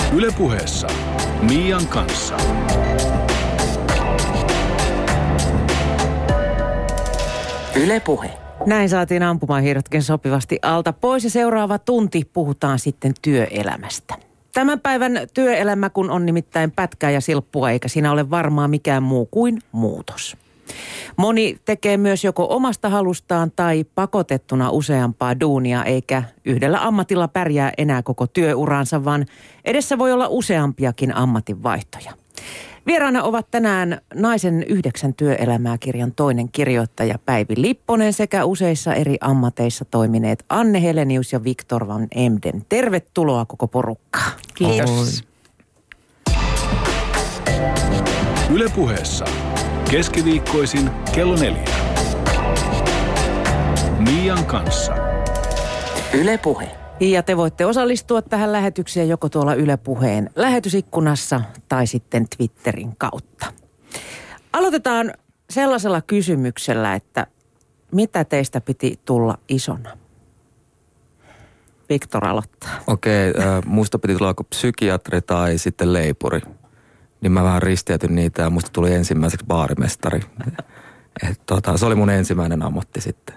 Yle Puheessa Mian kanssa. Yle Puhe. Näin saatiin ampumahiirotkin sopivasti alta pois ja seuraava tunti puhutaan sitten työelämästä. Tämän päivän työelämä, kun on nimittäin pätkää ja silppua, eikä siinä ole varmaan mikään muu kuin muutos. Moni tekee myös joko omasta halustaan tai pakotettuna useampaa duunia, eikä yhdellä ammatilla pärjää enää koko työuransa, vaan edessä voi olla useampiakin ammatinvaihtoja. Vieraana ovat tänään Naisen 9 työelämää -kirjan toinen kirjoittaja Päivi Lipponen sekä useissa eri ammateissa toimineet Anne Helenius ja Viktor van Emden. Tervetuloa koko porukkaan. Kiitos. Yle Puheessa keskiviikkoisin kello 4. Mian kanssa. Yle Puhe. Ja te voitte osallistua tähän lähetykseen joko tuolla Yle Puheen lähetysikkunassa tai sitten Twitterin kautta. Aloitetaan sellaisella kysymyksellä, että mitä teistä piti tulla isona? Viktor aloittaa. Okei, musta piti tulla joko psykiatri tai sitten leipuri. Niin mä vähän risteytyn niitä ja musta tuli ensimmäiseksi baarimestari. Se oli mun ensimmäinen ammatti sitten.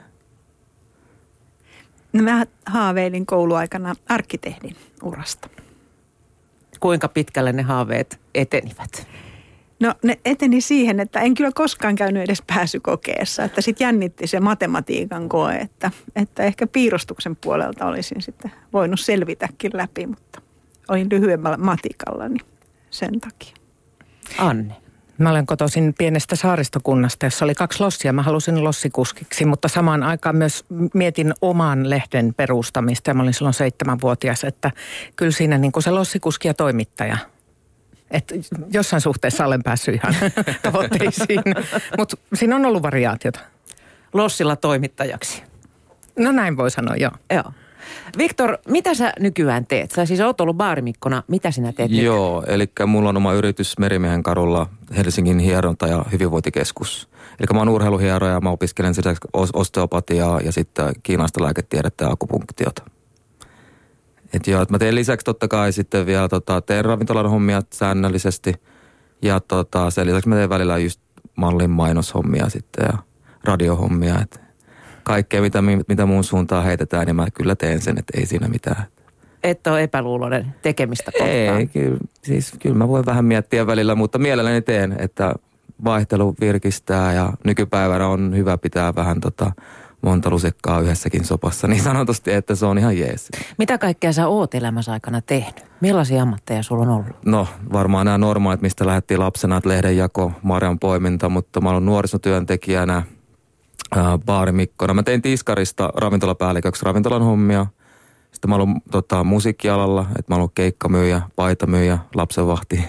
No mä haaveilin kouluaikana arkkitehdin urasta. Kuinka pitkälle ne haaveet etenivät? No ne eteni siihen, että en kyllä koskaan käynyt edes pääsykokeessa, että sitten jännitti se matematiikan koe, että ehkä piirustuksen puolelta olisin sitten voinut selvitäkin läpi, mutta olin lyhyemmällä matikalla, niin sen takia. Anne. Mä olen kotoisin pienestä saaristokunnasta, jossa oli 2 lossia. Mä halusin lossikuskiksi, mutta samaan aikaan myös mietin oman lehden perustamista. Ja mä olin silloin 7-vuotias, että kyllä siinä niin kuin se lossikuski ja toimittaja. Että jossain suhteessa olen päässyt ihan tavoitteisiin, mutta siinä on ollut variaatiota. Lossilla toimittajaksi. No näin voi sanoa, joo. Joo. Viktor, mitä sä nykyään teet? Sä siis oot ollut baarimikkona. Mitä sinä teet? Joo, eli mulla on oma yritys Merimiehen kadulla, Helsingin hieronta- ja hyvinvointikeskus. Eli mä oon urheiluhieroja, mä opiskelen sitä osteopatiaa ja sitten kiinalaista lääketiedettä ja akupunktiota. Että mä teen lisäksi totta kai sitten vielä teen ravintolan hommia säännöllisesti. Ja sen lisäksi mä teen välillä just mallin mainoshommia sitten ja radiohommia, että kaikkea, mitä muun suuntaan heitetään, niin mä kyllä teen sen, että ei siinä mitään. Et ole epäluuloinen tekemistä kohtaan? Ei, kyllä mä voin vähän miettiä välillä, mutta mielelläni teen, että vaihtelu virkistää ja nykypäivänä on hyvä pitää vähän monta lusikkaa yhdessäkin sopassa, niin sanotusti, että se on ihan jees. Mitä kaikkea sä oot elämässä aikana tehnyt? Millaisia ammatteja sulla on ollut? No, varmaan nämä normaalit, mistä lähdettiin lapsena, että lehdenjako, marjan poiminta, mutta mä olen nuorisotyöntekijänä, baarimikkona. Mä tein tiskarista ravintolapäälliköksi ravintolan hommia. Sitten mä oon ollut musiikkialalla, että mä oon ollut keikkamyyjä, paitamyyjä, lapsenvahti.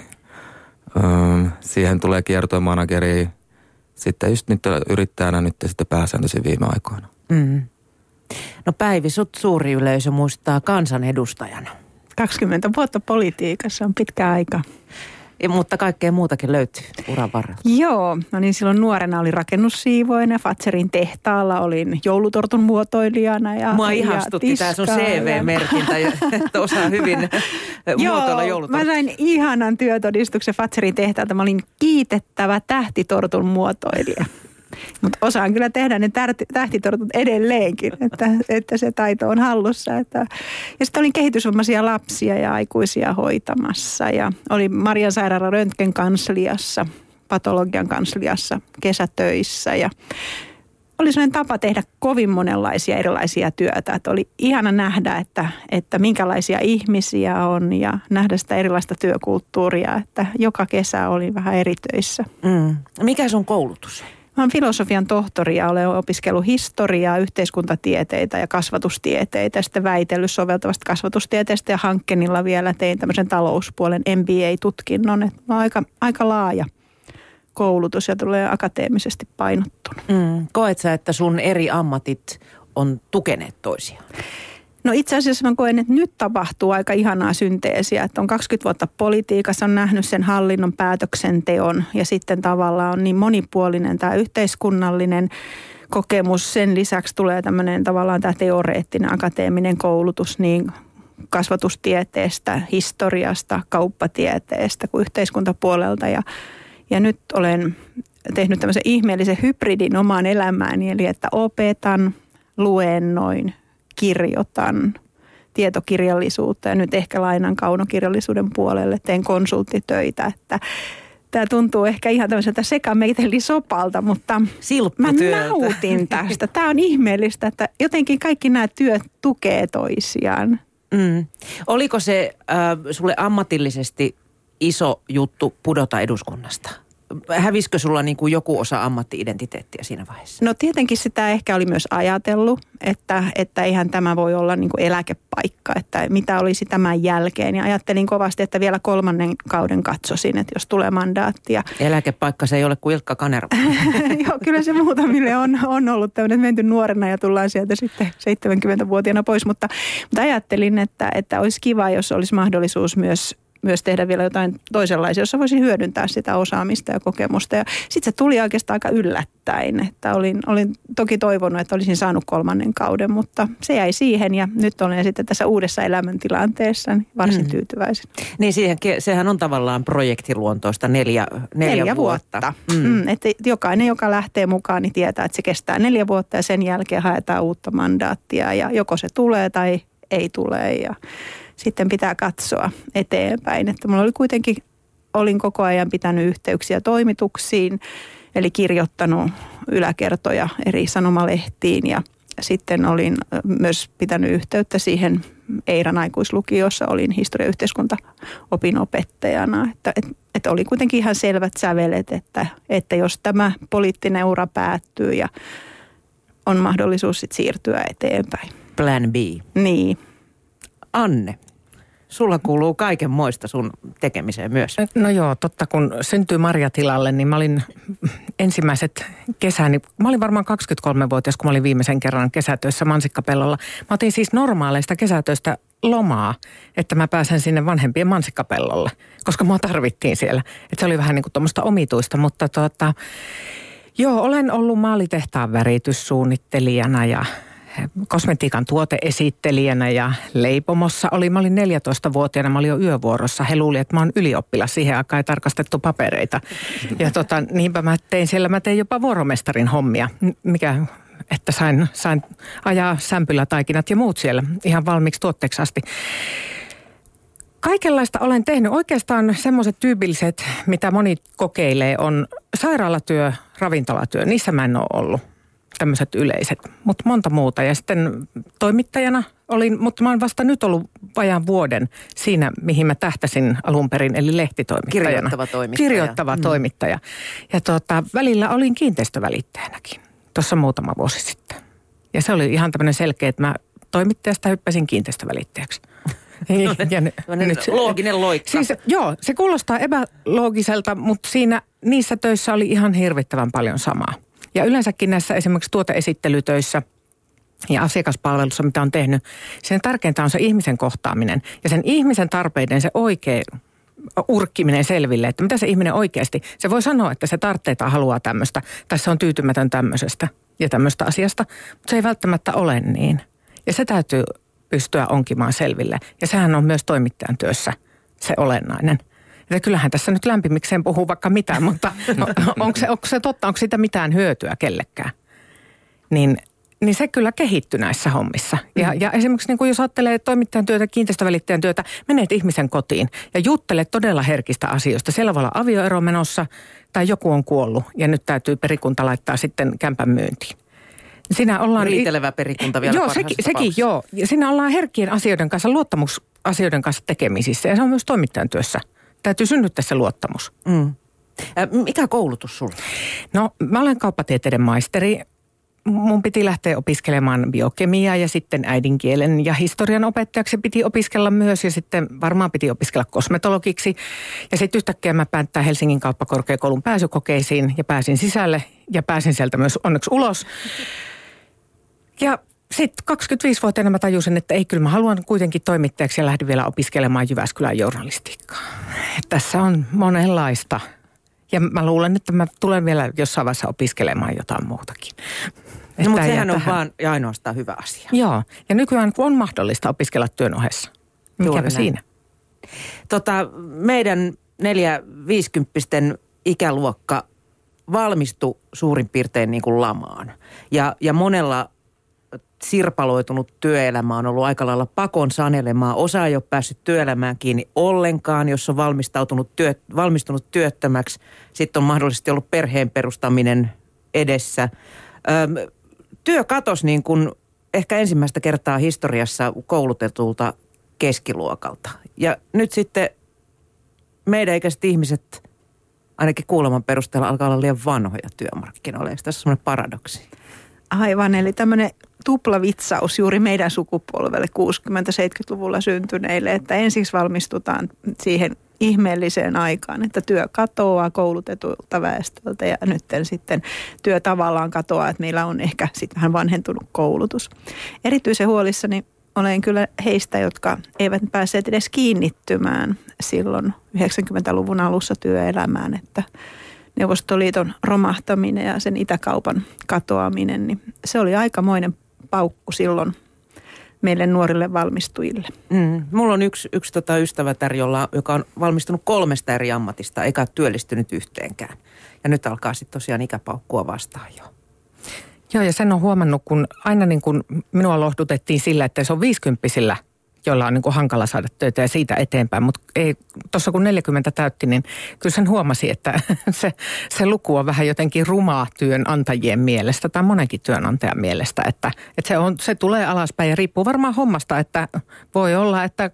Siihen tulee kiertomanageri. Sitten just nyt yrittäjänä nyt sitten pääsääntöisin viime aikoina. Mm. No Päivi, sut suuri yleisö muistaa kansanedustajana. 20 vuotta politiikassa on pitkä aika. Mutta kaikkea muutakin löytyy uran varrella. Joo, no niin silloin nuorena olin rakennussiivoina, Fatserin tehtaalla olin joulutortun muotoilijana ja mua ihastutti tämä sun CV-merkintä, että osaa hyvin muotoilla joulutortun. Mä sain ihanan työtodistuksen Fatserin tehtaalta. Mä olin kiitettävä tähtitortun muotoilija. Mutta osaan kyllä tehdä ne tähtitortut edelleenkin, että se taito on hallussa. Ja sitten olin kehitysvammaisia lapsia ja aikuisia hoitamassa ja olin Marian sairaalan röntgenkansliassa, patologian kansliassa kesätöissä ja oli sellainen tapa tehdä kovin monenlaisia erilaisia työtä. Että oli ihana nähdä, että minkälaisia ihmisiä on ja nähdä sitä erilaista työkulttuuria, että joka kesä oli vähän eri töissä. Mm. Mikä sun koulutus? Mä olen filosofian tohtori ja olen opiskellut historiaa, yhteiskuntatieteitä ja kasvatustieteitä. Sitten väitellyt soveltavasta kasvatustieteestä ja Hankenilla vielä tein tämmöisen talouspuolen MBA-tutkinnon. Että mä oon aika laaja koulutus ja tulee akateemisesti painottunut. Koet sä, että sun eri ammatit on tukeneet toisiaan? No itse asiassa mä koen, että nyt tapahtuu aika ihanaa synteesiä, että on 20 vuotta politiikassa, on nähnyt sen hallinnon päätöksenteon ja sitten tavallaan on niin monipuolinen tämä yhteiskunnallinen kokemus. Sen lisäksi tulee tämmöinen tavallaan tämä teoreettinen akateeminen koulutus niin kasvatustieteestä, historiasta, kauppatieteestä kuin yhteiskuntapuolelta. Ja nyt olen tehnyt tämmöisen ihmeellisen hybridin omaan elämääni, eli että opetan, luennoin, kirjoitan tietokirjallisuutta ja nyt ehkä lainan kaunokirjallisuuden puolelle, teen konsulttitöitä, että tämä tuntuu ehkä ihan tämmöiseltä sekameitelisopalta, mutta mä nautin tästä. Tämä on ihmeellistä, että jotenkin kaikki nämä työt tukee toisiaan. Oliko se sulle ammatillisesti iso juttu pudota eduskunnasta? Hävisikö sulla niin kuin joku osa ammatti-identiteettiä siinä vaiheessa? No tietenkin sitä ehkä oli myös ajatellut, että eihän tämä voi olla niin kuin eläkepaikka, että mitä olisi tämän jälkeen. Ja ajattelin kovasti, että vielä 3. kauden katsosin, että jos tulee mandaattia. Eläkepaikka se ei ole kuin Ilkka Kanerva. Joo, kyllä se muutamille on ollut tämmöinen, menty nuorena ja tullaan sieltä sitten 70-vuotiaana pois. Mutta ajattelin, että olisi kiva, jos olisi mahdollisuus myös tehdä vielä jotain toisenlaisia, jossa voisi hyödyntää sitä osaamista ja kokemusta. Ja sitten se tuli oikeastaan aika yllättäen, että olin toki toivonut, että olisin saanut 3. kauden, mutta se jäi siihen ja nyt olen sitten tässä uudessa elämäntilanteessa varsin tyytyväisen. Niin sehän on tavallaan projektiluontoista 4 vuotta. Että jokainen, joka lähtee mukaan, niin tietää, että se kestää 4 vuotta ja sen jälkeen haetaan uutta mandaattia ja joko se tulee tai ei tule ja sitten pitää katsoa eteenpäin. Että mulla olin koko ajan pitänyt yhteyksiä toimituksiin, eli kirjoittanut yläkertoja eri sanomalehtiin ja sitten olin myös pitänyt yhteyttä siihen Eiran aikuislukiossa, olin historia- ja yhteiskuntaopin opettajana. Että oli kuitenkin ihan selvät sävelet, että jos tämä poliittinen ura päättyy ja on mahdollisuus sit siirtyä eteenpäin. Plan B. Niin. Anne, sulla kuuluu kaikenmoista sun tekemiseen myös. No joo, totta kun syntyi Marja-tilalle, niin mä olin ensimmäiset kesäni, mä olin varmaan 23-vuotias, kun mä olin viimeisen kerran kesätöissä mansikkapellolla. Mä otin siis normaaleista kesätöistä lomaa, että mä pääsen sinne vanhempien mansikkapellolle, koska mua tarvittiin siellä. Että se oli vähän niin kuin tuommoista omituista, mutta joo, olen ollut maalitehtaan värityssuunnittelijana ja kosmetiikan tuoteesittelijänä ja leipomossa mä olin 14-vuotiaana, mä olin jo yövuorossa. He luuli, että mä oon ylioppilas, siihen aikaan ei tarkastettu papereita. Ja niinpä mä tein jopa vuoromestarin hommia, että sain ajaa sämpylätaikinat ja muut siellä ihan valmiiksi tuotteeksi asti. Kaikenlaista olen tehnyt. Oikeastaan semmoiset tyypilliset, mitä moni kokeilee, on sairaalatyö, ravintolatyö. Niissä mä en ole ollut. Tämmöiset yleiset, mutta monta muuta. Ja sitten toimittajana olin, mutta mä oon vasta nyt ollut vajaan vuoden siinä, mihin mä tähtäsin alun perin, eli lehtitoimittajana. Kirjoittava toimittaja. Ja välillä olin kiinteistövälittäjänäkin, tuossa muutama vuosi sitten. Ja se oli ihan tämmöinen selkeä, että mä toimittajasta hyppäsin kiinteistövälittäjäksi. Looginen loikka. Siis, joo, se kuulostaa epäloogiselta, mutta niissä töissä oli ihan hirvittävän paljon samaa. Ja yleensäkin näissä esimerkiksi tuoteesittelytöissä ja asiakaspalvelussa, mitä on tehnyt, sen tärkeintä on se ihmisen kohtaaminen ja sen ihmisen tarpeiden se oikea urkkiminen selville, että mitä se ihminen oikeasti, se voi sanoa, että se tarvitsee haluaa tämmöistä, tai se on tyytymätön tämmöisestä ja tämmöistä asiasta, mutta se ei välttämättä ole niin. Ja se täytyy pystyä onkimaan selville. Ja sehän on myös toimittajan työssä se olennainen. Ja kyllähän tässä nyt lämpimikseen puhuu vaikka mitään, mutta onko se totta, onko siitä mitään hyötyä kellekään? Niin se kyllä kehittyy näissä hommissa. Ja esimerkiksi niin kuin jos ajattelee toimittajan työtä, kiinteistövälittäjän työtä, menet ihmisen kotiin ja juttelet todella herkistä asioista. Siellä voi olla avioero menossa tai joku on kuollut ja nyt täytyy perikunta laittaa sitten kämpän myyntiin. Siinä ollaan riitelevä perikunta vielä parhaassa tapauksessa. Sekin, joo. Ja siinä ollaan herkkien asioiden kanssa, luottamusasioiden kanssa tekemisissä ja se on myös toimittajan työssä. Täytyy synnyttää se luottamus. Mikä koulutus sulla? No, mä olen kauppatieteiden maisteri. Mun piti lähteä opiskelemaan biokemiaa ja sitten äidinkielen ja historian opettajaksi piti opiskella myös. Ja sitten varmaan piti opiskella kosmetologiksi. Ja sitten yhtäkkiä mä päättää Helsingin kauppakorkeakoulun pääsykokeisiin ja pääsin sisälle ja pääsin sieltä myös onneksi ulos. Ja sitten 25-vuotiaana mä tajusin, että ei, kyllä mä haluan kuitenkin toimittajaksi ja lähdin vielä opiskelemaan Jyväskylän journalistiikkaa. Tässä on monenlaista. Ja mä luulen, että mä tulen vielä jossain vaiheessa opiskelemaan jotain muutakin. No, mutta sehän on vaan ja ainoastaan hyvä asia. Joo, ja nykyään on mahdollista opiskella työn ohessa. Mikäpä siinä? Meidän 4-50-pisten ikäluokka valmistui suurin piirtein niin kuin lamaan. Ja monella sirpaloitunut työelämä on ollut aika lailla pakon sanelemaa. Osa ei ole päässyt työelämään kiinni ollenkaan, jos on valmistunut työttömäksi. Sitten on mahdollisesti ollut perheen perustaminen edessä. Työ katosi niin kuin ehkä ensimmäistä kertaa historiassa koulutetulta keskiluokalta. Ja nyt sitten meidän ikäiset ihmiset, ainakin kuuleman perusteella, alkaa olla liian vanhoja työmarkkinoilla. Eikö tässä semmoinen paradoksi? Aivan, eli tämmöinen tuplavitsaus juuri meidän sukupolvelle 60-70-luvulla syntyneille, että ensiksi valmistutaan siihen ihmeelliseen aikaan, että työ katoaa koulutetulta väestöltä ja nyt sitten työ tavallaan katoaa, että meillä on ehkä sitten vähän vanhentunut koulutus. Erityisen huolissani olen kyllä heistä, jotka eivät päässeet edes kiinnittymään silloin 90-luvun alussa työelämään, että Neuvostoliiton romahtaminen ja sen itäkaupan katoaminen, niin se oli aikamoinen paukku silloin meille nuorille valmistujille. Mulla on yksi ystävätär, joka on valmistunut 3 eri ammatista, eikä ole työllistynyt yhteenkään. Ja nyt alkaa sitten tosiaan ikäpaukkua vastaan jo. Joo, ja sen on huomannut, kun aina niin kuin minua lohdutettiin sillä, että se on 50-sillä, jolla on niin kuin hankala saada töitä ja siitä eteenpäin. Mutta tuossa kun 40 täytti, niin kyllä sen huomasi, että se luku on vähän jotenkin rumaa työnantajien mielestä tai monenkin työnantajan mielestä. Että se tulee alaspäin ja riippuu varmaan hommasta, että voi olla, että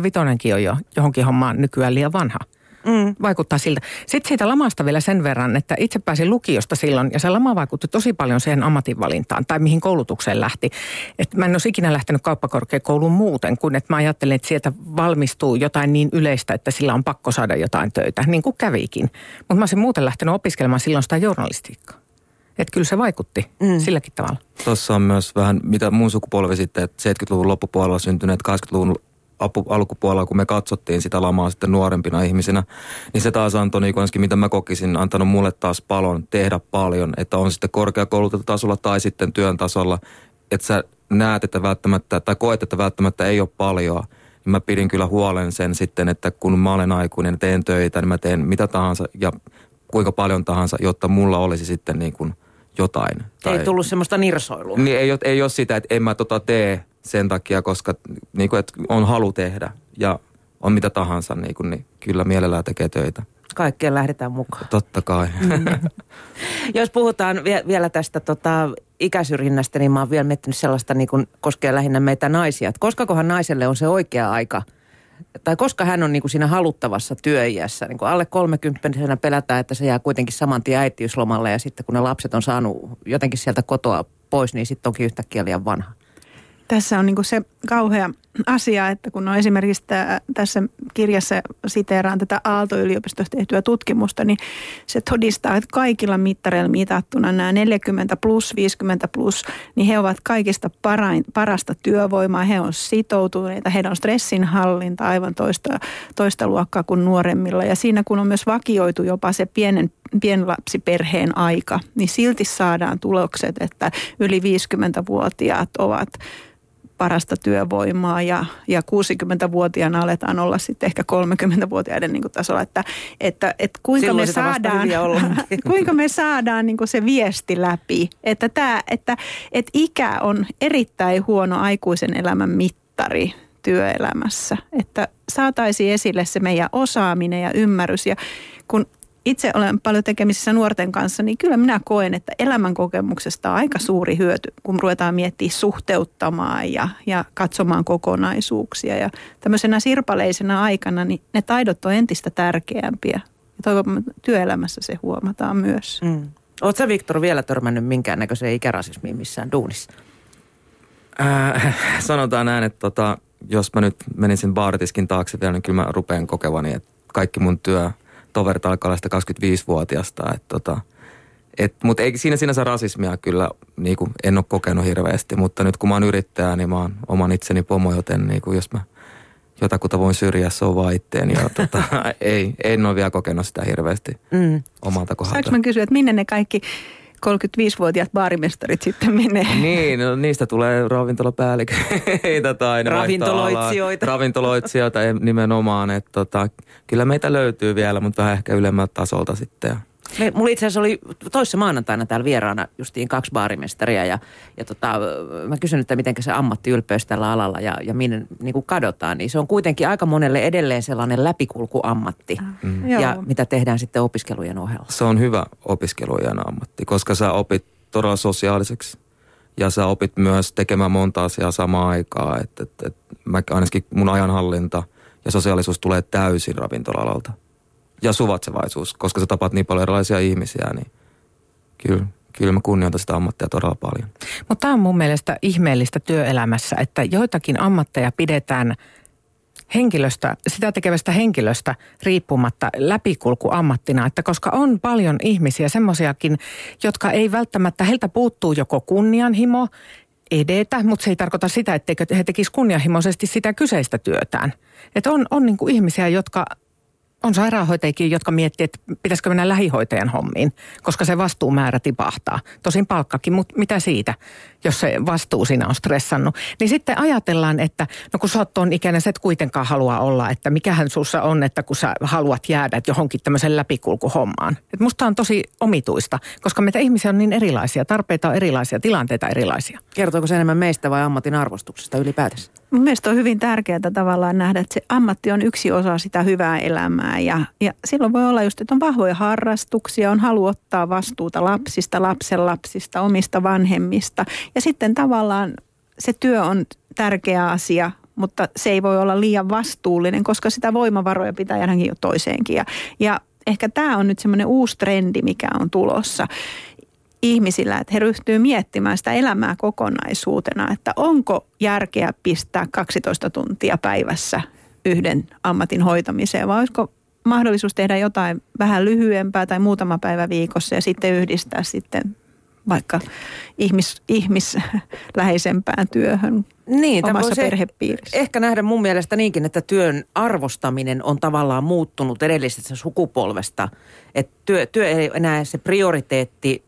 35 on jo johonkin hommaan nykyään liian vanha. Vaikuttaa siltä. Sitten siitä lamasta vielä sen verran, että itse pääsin lukiosta silloin ja se lama vaikutti tosi paljon siihen ammatinvalintaan tai mihin koulutukseen lähti. Että mä en olisi ikinä lähtenyt kauppakorkeakouluun muuten kuin, että mä ajattelin, että sieltä valmistuu jotain niin yleistä, että sillä on pakko saada jotain töitä, niin kuin kävikin. Mutta mä olisin muuten lähtenyt opiskelemaan silloin sitä journalistiikkaa. Että kyllä se vaikutti silläkin tavalla. Tuossa on myös vähän, mitä mun sukupolvi sitten, että 70-luvun loppupuolella syntyneet 80-luvun alkupuolella, kun me katsottiin sitä lamaa sitten nuorempina ihmisinä, niin se taas antoi, niin kuin mitä mä kokisin, antanut mulle taas palon tehdä paljon, että on sitten korkeakoulutettu tasolla tai sitten työn tasolla, että sä näet, että välttämättä, tai koet, että välttämättä ei ole paljon, niin mä pidin kyllä huolen sen sitten, että kun mä olen aikuinen ja teen töitä, niin mä teen mitä tahansa ja kuinka paljon tahansa, jotta mulla olisi sitten niin kuin jotain. Ei tullut semmoista nirsoilua. Niin ei ole sitä, että en mä tee sen takia, koska niin kuin, että on halu tehdä ja on mitä tahansa, niin kyllä mielellään tekee töitä. Kaikkeen lähdetään mukaan. Totta kai. Jos puhutaan vielä tästä ikäsyrjinnästä, niin mä oon vielä miettinyt sellaista, niin kuin koskee lähinnä meitä naisia. Että koskakohan naiselle on se oikea aika, tai koska hän on niin kuin siinä haluttavassa työiässä. Niin kuin alle 30-vuotiaana pelätään, että se jää kuitenkin saman tien äitiyslomalle ja sitten kun ne lapset on saanut jotenkin sieltä kotoa pois, niin sitten onkin yhtäkkiä liian vanha. Tässä on niinku se kauhea asia, että kun on esimerkiksi tässä kirjassa siteeraan tätä Aalto-yliopistosta tehtyä tutkimusta, niin se todistaa, että kaikilla mittareilla mitattuna nämä 40 plus, 50 plus, niin he ovat kaikista parasta työvoimaa, he on sitoutuneita, heidän on stressinhallinta aivan toista luokkaa kuin nuoremmilla. Ja siinä kun on myös vakioitu jopa se pienlapsiperheen aika, niin silti saadaan tulokset, että yli 50-vuotiaat ovat parasta työvoimaa ja 60-vuotiaana aletaan olla sitten ehkä 30-vuotiaiden niin kuin tasolla, että kuinka me saadaan niin kuin se viesti läpi, että ikä on erittäin huono aikuisen elämän mittari työelämässä, että saataisiin esille se meidän osaaminen ja ymmärrys ja kun itse olen paljon tekemisissä nuorten kanssa, niin kyllä minä koen, että elämänkokemuksesta on aika suuri hyöty, kun ruvetaan miettimään suhteuttamaan ja katsomaan kokonaisuuksia. Ja tämmöisenä sirpaleisena aikana, niin ne taidot on entistä tärkeämpiä. Ja toivon, että työelämässä se huomataan myös. Oletko sä, Viktor, vielä törmännyt minkäännäköiseen ikärasismiin missään duunissa? Sanotaan näin, että jos mä nyt menisin baaritiskin taakse vielä, niin kyllä mä rupean kokevani, että kaikki mun toverit alkaa olla sitä 25-vuotiaasta. Mutta ei siinä sinänsä rasismia kyllä niin kuin en ole kokenut hirveästi, mutta nyt kun mä oon yrittäjä, niin mä oon oman itseni pomo, joten niin kuin jos mä jotakuta voin syrjää, se on vaan itteeni. Ja en ole vielä kokenut sitä hirveästi omalta kohdalta. Saanko mä kysyä, että minne ne kaikki 35-vuotiaat baarimestarit sitten menee. Niin, no, niistä tulee ravintolapäälliköitä tai ravintoloitsijoita nimenomaan. Että kyllä meitä löytyy vielä, mutta vähän ehkä ylemmältä tasolta sitten. Mulla itse asiassa oli toissa maanantaina täällä vieraana justiin 2 baarimestaria ja mä kysyn, että miten se ammattiylpeys tällä alalla ja minne niin kuin kadotaan. Niin se on kuitenkin aika monelle edelleen sellainen läpikulkuammatti ja mitä tehdään sitten opiskelujen ohella. Se on hyvä opiskelujen ammatti, koska sä opit todella sosiaaliseksi ja sä opit myös tekemään monta asiaa samaan aikaan. Ainakin mun ajanhallinta ja sosiaalisuus tulee täysin ravintola-alalta. Ja suvaitsevaisuus, koska sä tapaat niin paljon erilaisia ihmisiä, niin kyllä mä kunnioitan sitä ammattia todella paljon. Mutta tämä on mun mielestä ihmeellistä työelämässä, että joitakin ammatteja pidetään sitä tekevästä henkilöstä riippumatta läpikulkuammattina, että koska on paljon ihmisiä, semmoisiakin, jotka ei välttämättä, heiltä puuttuu joko kunnianhimo edetä, mutta se ei tarkoita sitä, etteikö he tekisivät kunnianhimoisesti sitä kyseistä työtään. Että on niin kuin ihmisiä, jotka on sairaanhoitajikin, jotka miettii, että pitäisikö mennä lähihoitajan hommiin, koska se vastuumäärä tipahtaa. Tosin palkkakin, mutta mitä siitä, jos se vastuu siinä on stressannut. Niin sitten ajatellaan, että no kun sä oot ton ikäinen, sä et kuitenkaan halua olla, että mikähän sussa on, että kun sä haluat jäädä johonkin tämmöisen läpikulkuhommaan. Että musta on tosi omituista, koska meitä ihmisiä on niin erilaisia, tarpeita on erilaisia, tilanteita erilaisia. Kertooko se enemmän meistä vai ammatin arvostuksesta ylipäätänsä? Mun mielestä on hyvin tärkeää tavallaan nähdä, että se ammatti on yksi osa sitä hyvää elämää ja silloin voi olla just, että on vahvoja harrastuksia, on halu ottaa vastuuta lapsista, lapsenlapsista, omista vanhemmista ja sitten tavallaan se työ on tärkeä asia, mutta se ei voi olla liian vastuullinen, koska sitä voimavaroja pitää jäädäkin jo toiseenkin ja ehkä tämä on nyt semmoinen uusi trendi, mikä on tulossa ihmisillä, että he ryhtyy miettimään sitä elämää kokonaisuutena, että onko järkeä pistää 12 tuntia päivässä yhden ammatin hoitamiseen, vai olisiko mahdollisuus tehdä jotain vähän lyhyempää tai muutama päivä viikossa ja sitten yhdistää sitten vaikka ihmisläheisempään työhön omassa perhepiirissä. Ehkä nähdä mun mielestä niinkin, että työn arvostaminen on tavallaan muuttunut edellisestä sukupolvesta, että työ ei enää se prioriteetti,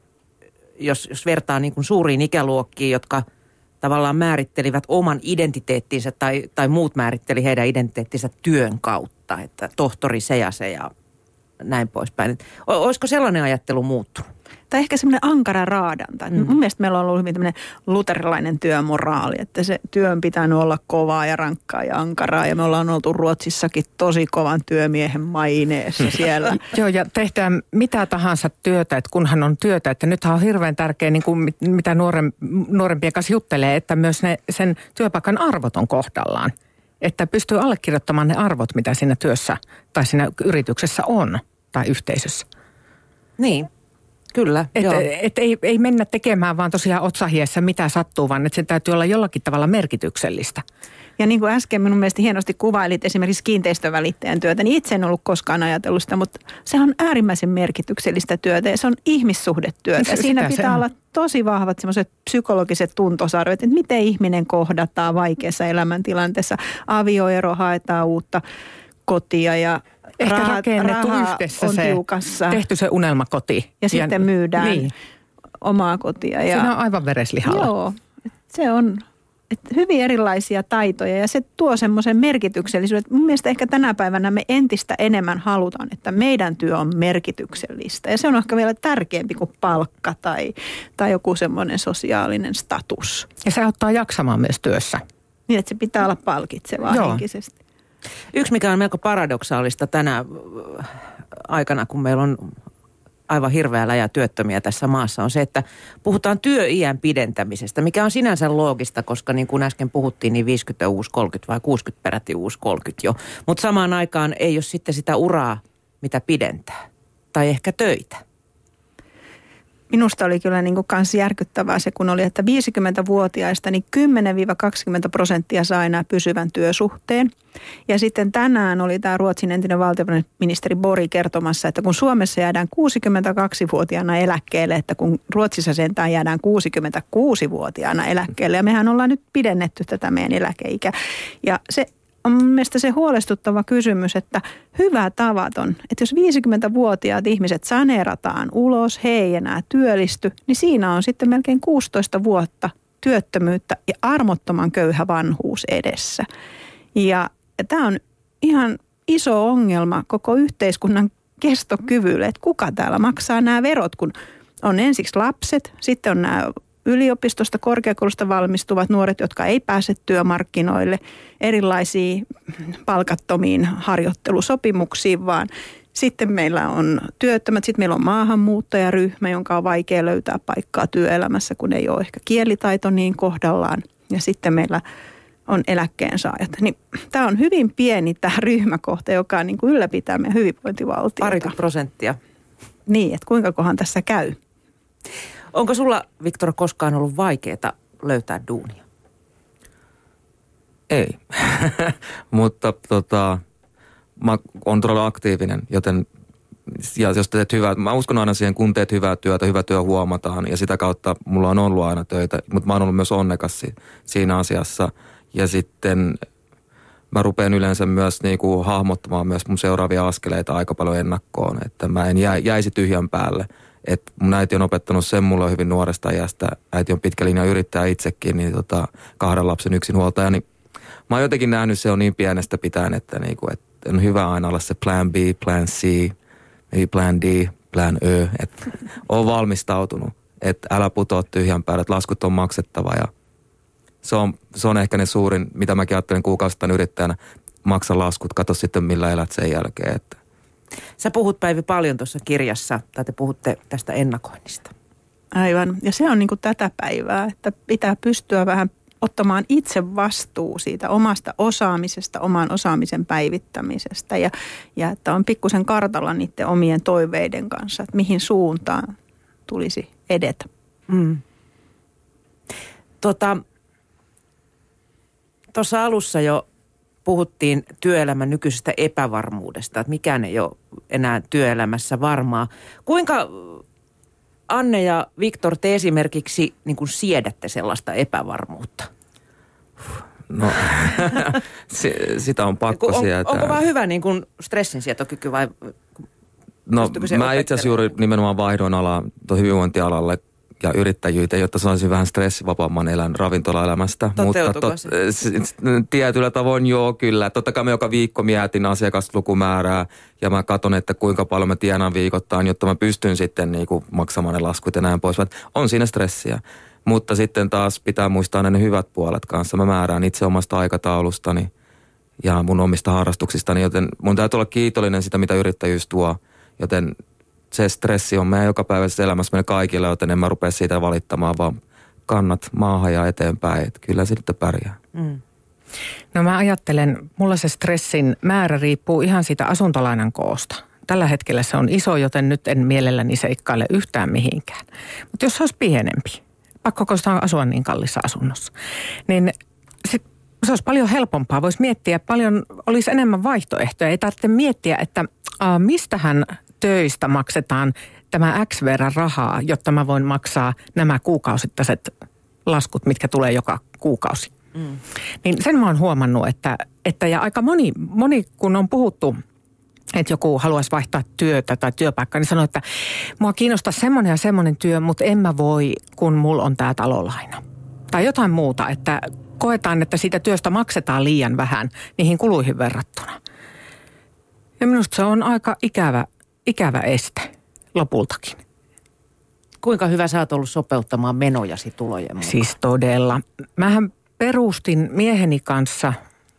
jos vertaa niin kuin suuriin ikäluokkiin, jotka tavallaan määrittelivät oman identiteettinsä tai muut määritteli heidän identiteettinsä työn kautta, että tohtori se ja näin poispäin. Olisiko sellainen ajattelu muuttunut? Tai ehkä semmoinen ankara raadanta. Mun mielestä meillä on ollut hyvin tämmöinen luterilainen työmoraali, että se työn pitänyt olla kovaa ja rankkaa ja ankaraa. Ja me ollaan oltu Ruotsissakin tosi kovan työmiehen maineessa siellä. Joo, ja tehdään mitä tahansa työtä, että kunhan on työtä. Että nythän on hirveän tärkeää, niin kuin mitä nuorempien kanssa juttelee, että myös sen työpaikan arvot on kohdallaan. Että pystyy allekirjoittamaan ne arvot, mitä siinä työssä tai siinä yrityksessä on tai yhteisössä. Niin. Kyllä, että ei mennä tekemään vaan tosiaan otsahiessä mitä sattuu, vaan että se täytyy olla jollakin tavalla merkityksellistä. Ja niin kuin äsken minun mielestä hienosti kuvailit esimerkiksi kiinteistövälittäjän työtä, niin itse en ollut koskaan ajatellut sitä, mutta se on äärimmäisen merkityksellistä työtä ja se on ihmissuhdetyötä. Siinä pitää olla tosi vahvat semmoiset psykologiset tuntosarvet, että miten ihminen kohdataan vaikeassa elämäntilanteessa. Avioero, haetaan uutta kotia ja ehkä rakennettu yhdessä on se, tiukassa. Tehty se unelmakoti. Ja sitten myydään omaa kotia. Siinä on aivan vereslihalla. Joo, se on hyvin erilaisia taitoja ja se tuo semmoisen merkityksellisyyden. Mun mielestä ehkä tänä päivänä me entistä enemmän halutaan, että meidän työ on merkityksellistä. Ja se on ehkä vielä tärkeämpi kuin palkka tai joku semmoinen sosiaalinen status. Ja se auttaa jaksamaan myös työssä. Niin, että se pitää olla palkitsevaa henkisesti. Yksi, mikä on melko paradoksaalista tänä aikana, kun meillä on aivan hirveä läjä työttömiä tässä maassa, on se, että puhutaan työiän pidentämisestä, mikä on sinänsä loogista, koska niin kuin äsken puhuttiin, niin 50 uusi 30 vai 60 peräti uusi 30 jo. Mutta samaan aikaan ei ole sitten sitä uraa, mitä pidentää. Tai ehkä töitä. Minusta oli kyllä niin kuin kans järkyttävää se, kun oli, että 50-vuotiaista niin 10-20% saa enää pysyvän työsuhteen. Ja sitten tänään oli tämä Ruotsin entinen valtiovarainministeri Borg kertomassa, että kun Suomessa jäädään 62-vuotiaana eläkkeelle, että kun Ruotsissa sentään jäädään 66-vuotiaana eläkkeelle. Ja mehän ollaan nyt pidennetty tätä meidän eläkeikä. Ja se on mun mielestä se huolestuttava kysymys, että hyvä tavaton, että jos 50-vuotiaat ihmiset saneerataan ulos, he ei enää työllisty, niin siinä on sitten melkein 16 vuotta työttömyyttä ja armottoman köyhä vanhuus edessä. Ja tämä on ihan iso ongelma koko yhteiskunnan kestokyvylle, että kuka täällä maksaa nämä verot, kun on ensiksi lapset, sitten on nämä yliopistosta, korkeakoulusta valmistuvat nuoret, jotka ei pääse työmarkkinoille erilaisiin palkattomiin harjoittelusopimuksiin, vaan sitten meillä on työttömät, sitten meillä on maahanmuuttajaryhmä, jonka on vaikea löytää paikkaa työelämässä, kun ei ole ehkä kielitaito niin kohdallaan. Ja sitten meillä on eläkkeensaajat. Niin tämä on hyvin pieni tämä ryhmäkohta, joka niin kuin ylläpitää meidän hyvinvointivaltiota. 20%. Niin, että kuinka kohan tässä käy? Onko sulla, Viktor, koskaan ollut vaikeaa löytää duunia? Ei, mutta mä oon todella aktiivinen, joten ja jos teet hyvää, mä uskon aina siihen, kun teet hyvää työtä, hyvä työ huomataan ja sitä kautta mulla on ollut aina töitä, mutta mä oon ollut myös onnekas siinä asiassa ja sitten mä rupean yleensä myös niinku hahmottamaan myös mun seuraavia askeleita aika paljon ennakkoon, että mä en jäisi tyhjän päälle. Että mun äiti on opettanut sen mulle hyvin nuoresta iästä. Äiti on pitkä linja yrittäjä itsekin, niin 2 lapsen yksinhuoltaja. Niin mä oon jotenkin nähnyt, se on niin pienestä pitäen, että on hyvä aina olla se plan B, plan C, maybe plan D, plan Ö. Että oon valmistautunut, että älä putoa tyhjän päälle, että laskut on maksettava. Ja se on ehkä ne suurin, mitä mäkin ajattelen kuukausittain yrittäjänä, maksa laskut, katso sitten millä elät sen jälkeen, että sä puhut, Päivi, paljon tuossa kirjassa, tai te puhutte tästä ennakoinnista. Aivan, ja se on niin kuin tätä päivää, että pitää pystyä vähän ottamaan itse vastuu siitä omasta osaamisesta, oman osaamisen päivittämisestä ja että on pikkusen kartalla niiden omien toiveiden kanssa, että mihin suuntaan tulisi edetä. Tuossa alussa jo puhuttiin työelämän nykyisestä epävarmuudesta, että mikään ei ole enää työelämässä varmaa. Kuinka, Anne ja Viktor, te esimerkiksi niin kuin siedätte sellaista epävarmuutta? No, sitä on pakko sietää. Onko vaan hyvä niin kuin stressinsietokyky vai? No mä itse asiassa juuri nimenomaan vaihdoin alaa hyvinvointialalle ja yrittäjyyteen, jotta saisin vähän stressivapaamman elän ravintolaelämästä. Toteutuiko se? Tietyllä tavoin joo, kyllä. Totta kai mä joka viikko mietin asiakaslukumäärää ja mä katson, että kuinka paljon mä tienaan viikoittain, jotta mä pystyn sitten niinku maksamaan ne laskut ja näin pois. On siinä stressiä. Mutta sitten taas pitää muistaa ne hyvät puolet kanssa. Mä määrään itse omasta aikataulustani ja mun omista harrastuksistani, joten mun täytyy olla kiitollinen sitä, mitä yrittäjyys tuo, joten se stressi on meidän jokapäiväisessä elämässä meidän kaikille, joten en mä rupea siitä valittamaan, vaan kannat maahan ja eteenpäin, että kyllä se sitten pärjää. No mä ajattelen, mulla se stressin määrä riippuu ihan siitä asuntolainan koosta. Tällä hetkellä se on iso, joten nyt en mielelläni seikkaile yhtään mihinkään. Mutta jos se olisi pienempi, pakko kostaan asua niin kallissa asunnossa, niin sit se olisi paljon helpompaa. Voisi miettiä, paljon olisi enemmän vaihtoehtoja. Ei tarvitse miettiä, että mistähän töistä maksetaan tämä X verran rahaa, jotta mä voin maksaa nämä kuukausittaiset laskut, mitkä tulee joka kuukausi. Niin sen mä oon huomannut, että ja aika moni kun on puhuttu, että joku haluaisi vaihtaa työtä tai työpaikkaa, niin sanoo, että mua kiinnostaa semmoinen ja semmoinen työ, mutta en mä voi, kun mulla on tää talolaina. Tai jotain muuta, että koetaan, että siitä työstä maksetaan liian vähän niihin kuluihin verrattuna. Ja minusta se on aika ikävä este lopultakin. Kuinka hyvä sä oot ollut sopeuttamaan menojasi tulojen mukaan? Siis todella. Mähän perustin mieheni kanssa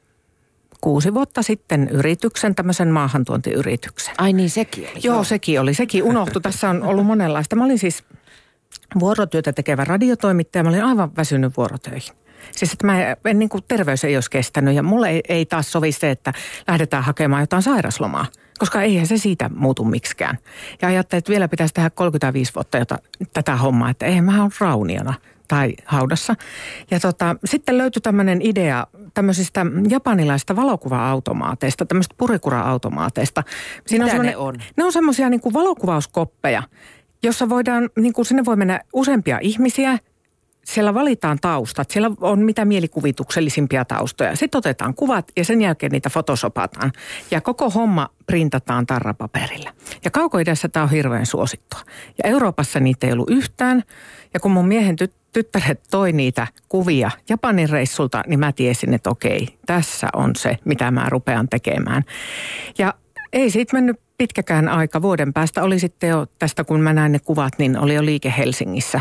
6 vuotta sitten yrityksen, tämmöisen maahantuontiyrityksen. Ai niin, sekin oli. Joo, sekin oli. Sekin unohtui. Tässä on ollut monenlaista. Mä olin siis vuorotyötä tekevä radiotoimittaja. Mä olin aivan väsynyt vuorotöihin. Siis että niin kuin terveys ei olisi kestänyt ja mulle ei taas sovi se, että lähdetään hakemaan jotain sairaslomaa, koska eihän se siitä muutu miksikään. Ja ajattelin, että vielä pitäisi tehdä 35 vuotta tätä hommaa, että eihän mä ole rauniona tai haudassa. Ja sitten löytyi tämmöinen idea tämmöisistä japanilaisista valokuva-automaateista, tämmöisistä purikura-automaateista. Mitä ne on? Ne on semmoisia niin kuin valokuvauskoppeja, jossa voidaan, niin kuin sinne voi mennä useampia ihmisiä. siellä valitaan taustat. Siellä on mitä mielikuvituksellisimpia taustoja. Sitten otetaan kuvat ja sen jälkeen niitä fotosopataan. Ja koko homma printataan tarrapaperilla. Ja Kaukoidässä tämä on hirveän suosittua. Ja Euroopassa niitä ei ollut yhtään. Ja kun mun miehen tyttäret toi niitä kuvia Japanin reissulta, niin mä tiesin, että okei, tässä on se, mitä mä rupean tekemään. Ja ei siitä mennyt pitkäkään aika. Vuoden päästä oli sitten jo tästä, kun mä näin ne kuvat, niin oli jo liike Helsingissä.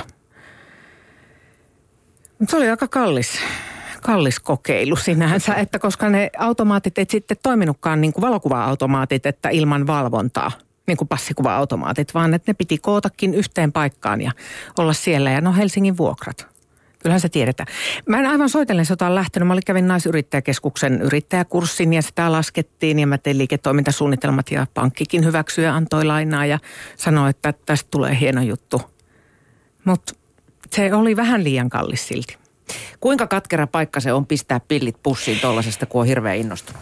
Se oli aika kallis kokeilu sinänsä, että koska ne automaatit ei sitten toiminutkaan niin kuin valokuva-automaatit, että ilman valvontaa, niin kuin passikuva-automaatit, vaan että ne piti kootakin yhteen paikkaan ja olla siellä. Ja no Helsingin vuokrat. Kyllähän se tiedetään. Mä en aivan soitellen sotaan lähtenyt. Mä kävin naisyrittäjäkeskuksen yrittäjäkurssin ja sitä laskettiin ja mä tein liiketoimintasuunnitelmat ja pankkikin hyväksyi ja antoi lainaa ja sanoi, että tästä tulee hieno juttu. Mutta se oli vähän liian kallis silti. Kuinka katkera paikka se on pistää pillit pussiin tollasesta, kun on hirveän innostunut?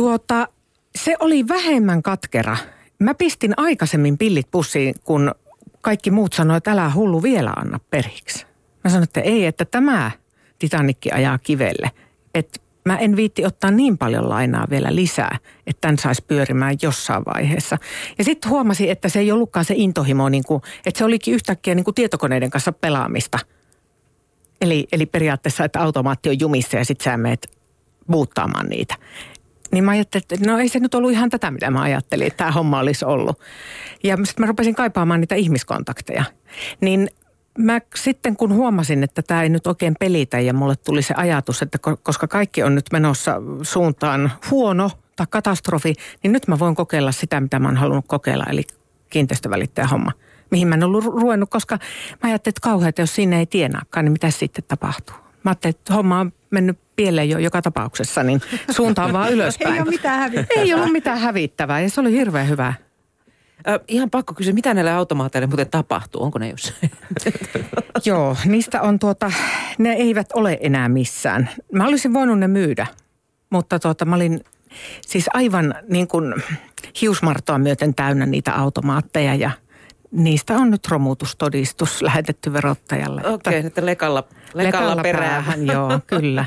Se oli vähemmän katkera. Mä pistin aikaisemmin pillit pussiin, kun kaikki muut sanoivat, että älä hullu vielä anna periksi. Mä sanoin, että ei, että tämä Titanikki ajaa kivelle. Että mä en viitti ottaa niin paljon lainaa vielä lisää, että tämän saisi pyörimään jossain vaiheessa. Ja sitten huomasin, että se ei ollutkaan se intohimo, niin kuin, että se olikin yhtäkkiä niin kuin tietokoneiden kanssa pelaamista. Eli periaatteessa, että automaatti on jumissa ja sitten sä menet buuttaamaan niitä. Niin mä ajattelin, että no ei se nyt ollut ihan tätä, mitä mä ajattelin, että tämä homma olisi ollut. Ja sitten mä rupesin kaipaamaan niitä ihmiskontakteja. Niin mä sitten kun huomasin, että tämä ei nyt oikein pelitä ja mulle tuli se ajatus, että koska kaikki on nyt menossa suuntaan huono tai katastrofi, niin nyt mä voin kokeilla sitä, mitä mä oon halunnut kokeilla, eli kiinteistövälittäjähomma. Mihin mä en ollut ruvennut, koska mä ajattelin, että kauheata, jos siinä ei tienaakaan, niin mitä sitten tapahtuu. Mä ajattelin, että homma on mennyt pieleen jo joka tapauksessa, niin suuntaan vaan ylöspäin. Ei ole mitään hävittävää. Ei ollut mitään hävittävää ja se oli hirveän hyvä. Ihan pakko kysyä, mitä näille automaateille muuten tapahtuu? Onko ne jossain? Joo, niistä on ne eivät ole enää missään. Mä olisin voinut ne myydä, mutta mä olin siis aivan niin kuin hiusmartoa myöten täynnä niitä automaatteja ja niistä on nyt romuutustodistus lähetetty verottajalle. Okei, että lekalla perään. Joo, kyllä.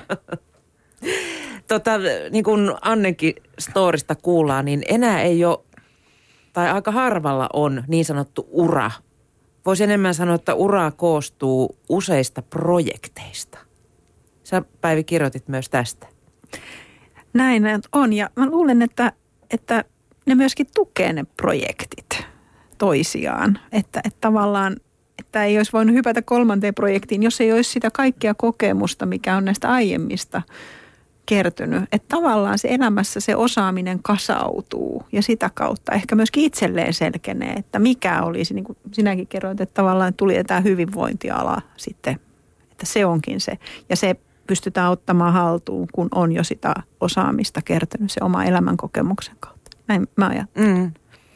Niin kuin Annenkin storista kuullaan, niin enää ei ole, tai aika harvalla on niin sanottu ura. Voisi enemmän sanoa, että ura koostuu useista projekteista. Sä, Päivi, kirjoitit myös tästä. Näin on, ja mä luulen, että ne myöskin tukee ne projektit toisiaan. Että tavallaan, että ei olisi voinut hypätä 3. projektiin, jos ei olisi sitä kaikkea kokemusta, mikä on näistä aiemmista kertynyt. Että tavallaan se elämässä se osaaminen kasautuu ja sitä kautta ehkä myöskin itselleen selkenee, että mikä olisi, niin kuin sinäkin kerroit, että tavallaan tuli tämä hyvinvointiala sitten, että se onkin se. Ja se pystytään ottamaan haltuun, kun on jo sitä osaamista kertynyt se oma elämän kokemuksen kautta. Näin mä ajattelen.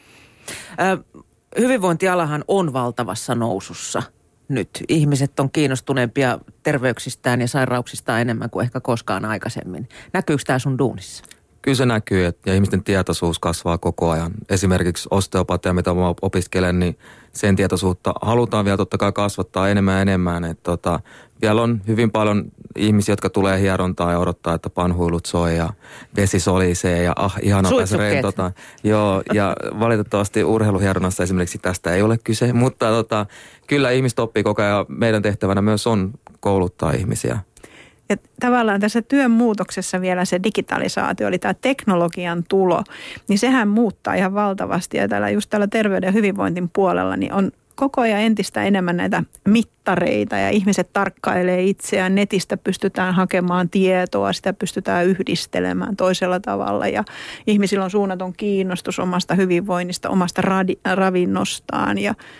Hyvinvointialahan on valtavassa nousussa nyt. Ihmiset on kiinnostuneempia terveyksistään ja sairauksistaan enemmän kuin ehkä koskaan aikaisemmin. Näkyykö tämä sun duunissa? Kyllä se näkyy, ja ihmisten tietoisuus kasvaa koko ajan. Esimerkiksi osteopatia, mitä mä opiskelen, niin sen tietoisuutta halutaan vielä totta kai kasvattaa enemmän ja enemmän. Että vielä on hyvin paljon ihmisiä, jotka tulee hierontaa ja odottaa, että panhuilut soi ja vesi solisee ja ihana pääsi rentota. Joo, ja valitettavasti urheiluhieronnassa esimerkiksi tästä ei ole kyse, mutta kyllä ihmiset oppii koko ajan. Meidän tehtävänä myös on kouluttaa ihmisiä. Ja tavallaan tässä työn muutoksessa vielä se digitalisaatio, eli tämä teknologian tulo, niin sehän muuttaa ihan valtavasti. Ja tällä terveyden ja hyvinvointin puolella niin on koko ajan entistä enemmän näitä mittareita ja ihmiset tarkkailee itseään. Netistä pystytään hakemaan tietoa, sitä pystytään yhdistelemään toisella tavalla ja ihmisillä on suunnaton kiinnostus omasta hyvinvoinnista, omasta ravinnostaan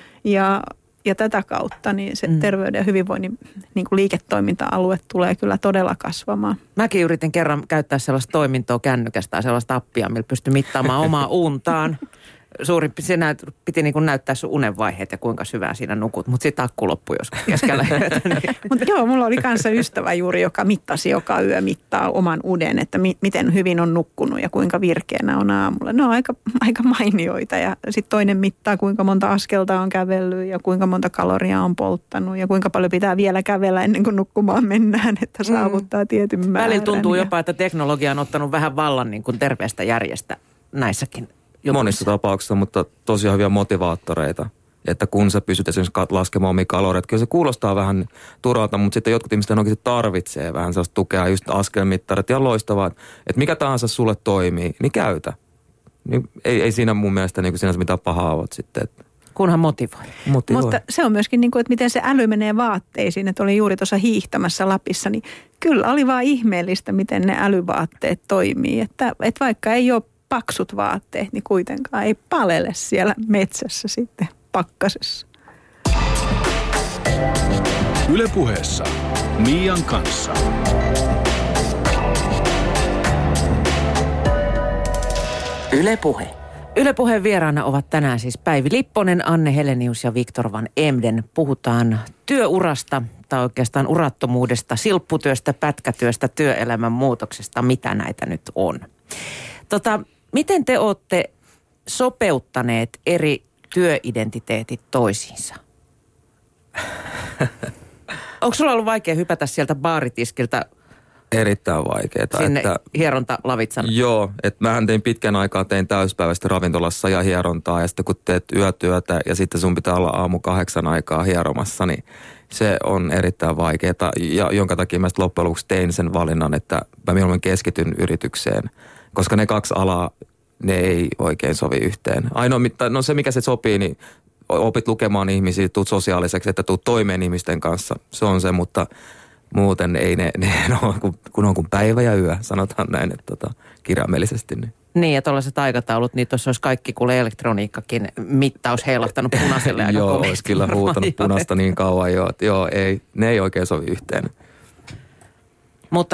ja tätä kautta niin se terveyden ja hyvinvoinnin niin kuin liiketoiminta-alue tulee kyllä todella kasvamaan. Mäkin yritin kerran käyttää sellaista toimintoa kännykästä tai sellaista appia, millä pystyy mittaamaan omaa untaan. se piti niin kuin näyttää sun unenvaiheet ja kuinka syvään siinä nukut, mutta sitten akku loppui joskus keskellä yötä. Niin. Mutta joo, mulla oli kanssa ystävä juuri, joka mittasi joka yö mittaa oman unen, että miten hyvin on nukkunut ja kuinka virkeänä on aamulla. Ne on aika mainioita ja sitten toinen mittaa, kuinka monta askelta on kävellyt ja kuinka monta kaloria on polttanut ja kuinka paljon pitää vielä kävellä ennen kuin nukkumaan mennään, että saavuttaa tietyn määrän. Välillä tuntuu jopa, että teknologia on ottanut vähän vallan niin kuin terveestä järjestä näissäkin jutuissa. Monissa tapauksissa, mutta tosiaan hyviä motivaattoreita. Että kun sä pystyt esimerkiksi laskemaan omia kaloreita, kyllä se kuulostaa vähän turvalta, mutta sitten jotkut ihmiset oikeasti tarvitsee vähän sellaista tukea, just askelmittarit ja loistavaa, että mikä tahansa sulle toimii, niin käytä. Niin ei siinä mun mielestä niin sinänsä mitään pahaa ole sitten. Kunhan motivoi. Mutta se on myöskin niin kuin, että miten se äly menee vaatteisiin, että olin juuri tuossa hiihtämässä Lapissa, niin kyllä oli vaan ihmeellistä, miten ne älyvaatteet toimii, että vaikka ei ole paksut vaatteet, niin kuitenkaan ei palele siellä metsässä sitten pakkasessa. Yle Puheessa Mian kanssa. Yle Puhe. Yle Puheen vieraana ovat tänään siis Päivi Lipponen, Anne Helenius ja Viktor van Emden. Puhutaan työurasta tai oikeastaan urattomuudesta, silpputyöstä, pätkätyöstä, työelämän muutoksesta, mitä näitä nyt on. Miten te olette sopeuttaneet eri työidentiteetit toisiinsa? Onko sulla ollut vaikea hypätä sieltä baaritiskiltä Erittäin vaikeaa. sinne hierontalavitsan? Joo, että mähän pitkän aikaa täyspäiväisesti ravintolassa ja hierontaa ja sitten kun teet yötyötä ja sitten sun pitää olla aamu 8 aikaa hieromassa, niin se on erittäin vaikeaa ja jonka takia mä sitten loppujen lopuksi tein sen valinnan, että mä mieluummin keskityn yritykseen, koska ne 2 alaa, ne ei oikein sovi yhteen. No se mikä se sopii, niin opit lukemaan ihmisiä, tuut sosiaaliseksi, että tuut toimeen ihmisten kanssa. Se on se, mutta muuten ei ne kun on kuin päivä ja yö, sanotaan näin, että kirjaimellisesti. Niin, ja tuollaiset aikataulut, niin tuossa olisi kaikki kuule elektroniikkakin mittaus heilahtanut punaiselle aika Joo, olisi kyllä huutanut punaista niin kauan jo, että ne ei oikein sovi yhteen. Mutta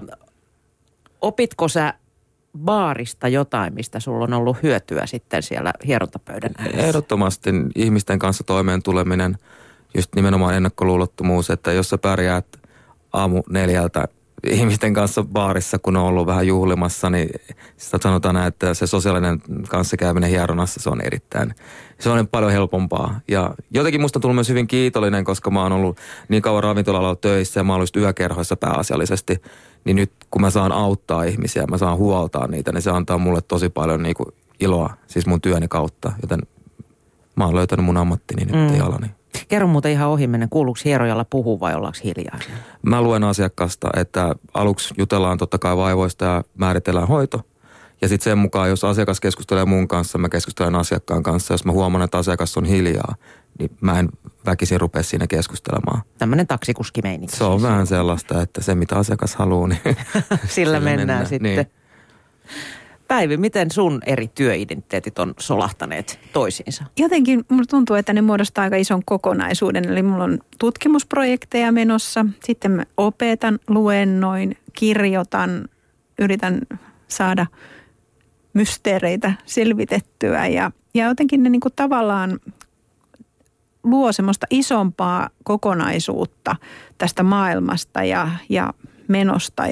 opitko sä baarista jotain, mistä sulla on ollut hyötyä sitten siellä hierontapöydän ääressä? Ehdottomasti ihmisten kanssa toimeen tuleminen, just nimenomaan ennakkoluulottomuus, että jos sä pärjäät aamu 4 ihmisten kanssa baarissa, kun on ollut vähän juhlimassa, niin sitä sanotaan näin, että se sosiaalinen kanssakäyminen hieronnassa, se on paljon helpompaa. Ja jotenkin musta on tullut myös hyvin kiitollinen, koska mä oon ollut niin kauan ravintola-alalla töissä ja mä oon ollut yökerhoissa pääasiallisesti, niin nyt kun mä saan auttaa ihmisiä, mä saan huoltaa niitä, niin se antaa mulle tosi paljon niin kuin iloa, siis mun työni kautta, joten mä oon löytänyt mun ammattini nyt alani. Kerro muuten ihan ohimennen, kuuluuko hierojalla puhua vai ollaanko hiljaa? Mä luen asiakasta, että aluksi jutellaan totta kai vaivoista ja määritellään hoito. Ja sitten sen mukaan, jos asiakas keskustelee mun kanssa, mä keskustelen asiakkaan kanssa. Jos mä huomaan, että asiakas on hiljaa, niin mä en väkisin rupea siinä keskustelemaan. Tämmöinen taksikuskimeininki. Se on vähän sellaista, että se mitä asiakas haluaa, niin sillä mennään sitten. Niin. Päivi, miten sun eri työidentiteetit on solahtaneet toisiinsa? Jotenkin musta tuntuu, että ne muodostaa aika ison kokonaisuuden. Eli mulla on tutkimusprojekteja menossa, sitten mä opetan, luennoin, kirjoitan, yritän saada mysteereitä selvitettyä ja jotenkin ne niinku tavallaan luo semmoista isompaa kokonaisuutta tästä maailmasta ja menosta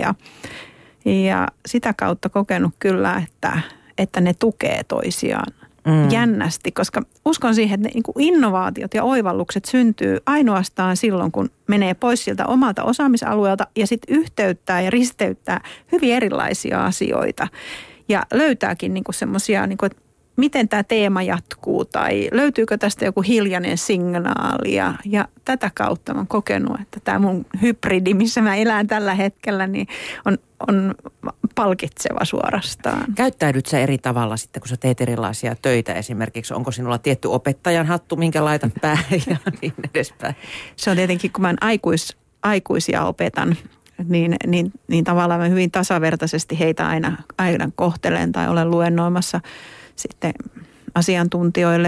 ja sitä kautta kokenut kyllä, että ne tukee toisiaan jännästi, koska uskon siihen, että ne niin kuin innovaatiot ja oivallukset syntyy ainoastaan silloin, kun menee pois siltä omalta osaamisalueelta ja sitten yhteyttää ja risteyttää hyvin erilaisia asioita. Ja löytääkin niin kuin semmoisia, niin kuin, että miten tämä teema jatkuu tai löytyykö tästä joku hiljainen signaali. Ja tätä kautta mä oon kokenut, että tämä mun hybridi, missä mä elän tällä hetkellä, niin on palkitseva suorastaan. Käyttäydyt sä eri tavalla sitten, kun sä teet erilaisia töitä esimerkiksi? Onko sinulla tietty opettajan hattu, minkä laitat päälle ja niin edespäin? Se on tietenkin, kun mä aikuisia opetan, niin tavallaan mä hyvin tasavertaisesti heitä aina kohtelen tai olen luennoimassa sitten asiantuntijoille.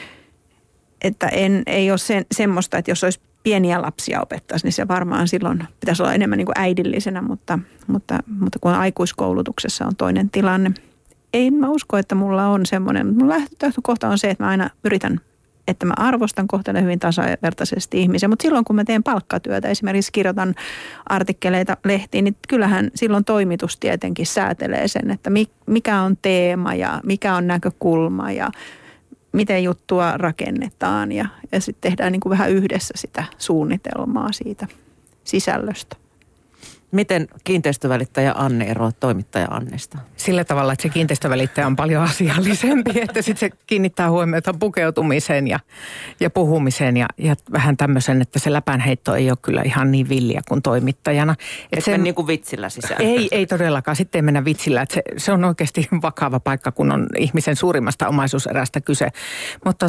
Että ei ole semmoista, että jos olisi pieniä lapsia opettaisi, niin se varmaan silloin pitäisi olla enemmän niin kuin äidillisenä, mutta kun aikuiskoulutuksessa on toinen tilanne. en mä usko, että mulla on semmoinen. Mun lähtökohta on se, että mä aina yritän, että mä arvostan kohtelen hyvin tasavertaisesti ihmisiä. Mutta silloin, kun mä teen palkkatyötä, esimerkiksi kirjoitan artikkeleita lehtiin, niin kyllähän silloin toimitus tietenkin säätelee sen, että mikä on teema ja mikä on näkökulma ja miten juttua rakennetaan. Ja sitten tehdään niin kuin vähän yhdessä sitä suunnitelmaa siitä sisällöstä. Miten kiinteistövälittäjä Anne eroaa toimittaja Annesta? Sillä tavalla, että se kiinteistövälittäjä on paljon asiallisempi, että sitten se kiinnittää huomiota pukeutumiseen ja puhumiseen ja vähän tämmöisen, että se läpänheitto ei ole kyllä ihan niin villiä kuin toimittajana. Että se niin kuin vitsillä sisään. Ei todellakaan, sitten ei mennä vitsillä. Että se on oikeasti vakava paikka, kun on ihmisen suurimmasta omaisuuserästä kyse. Mutta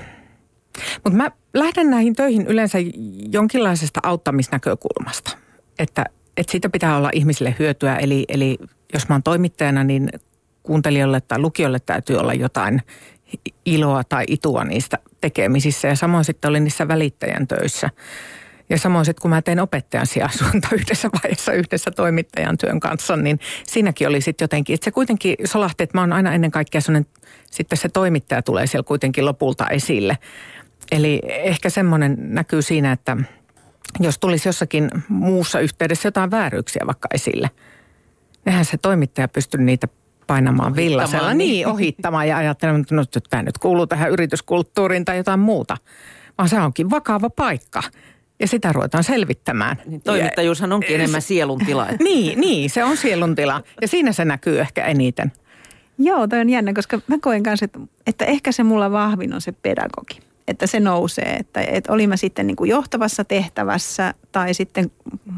mä lähden näihin töihin yleensä jonkinlaisesta auttamisnäkökulmasta, että siitä pitää olla ihmisille hyötyä. Eli jos mä oon toimittajana, niin kuuntelijoille tai lukijoille täytyy olla jotain iloa tai itua niistä tekemisissä. Ja samoin sitten olin niissä välittäjän töissä. Ja samoin sitten kun mä tein opettajan sijaisuutta yhdessä vaiheessa yhdessä toimittajan työn kanssa, niin siinäkin oli sitten jotenkin, että se kuitenkin solahti, että mä oon aina ennen kaikkea sellainen, sitten se toimittaja tulee siellä kuitenkin lopulta esille. Eli ehkä semmoinen näkyy siinä, että jos tulisi jossakin muussa yhteydessä jotain vääryyksiä vaikka esille, eihän se toimittaja pysty niitä painamaan villasella. Niin, ohittamaan ja ajattelemaan, että no, tämä nyt kuuluu tähän yrityskulttuuriin tai jotain muuta. Vaan se onkin vakava paikka ja sitä ruvetaan selvittämään. Niin, toimittajuushan onkin enemmän sielun tila. Niin, se on sielun tila ja siinä se näkyy ehkä eniten. Joo, toi on jännä, koska mä koen kanssa, että ehkä se mulla vahvin on se pedagogi. Että se nousee, että oli mä sitten niin kuin johtavassa tehtävässä tai sitten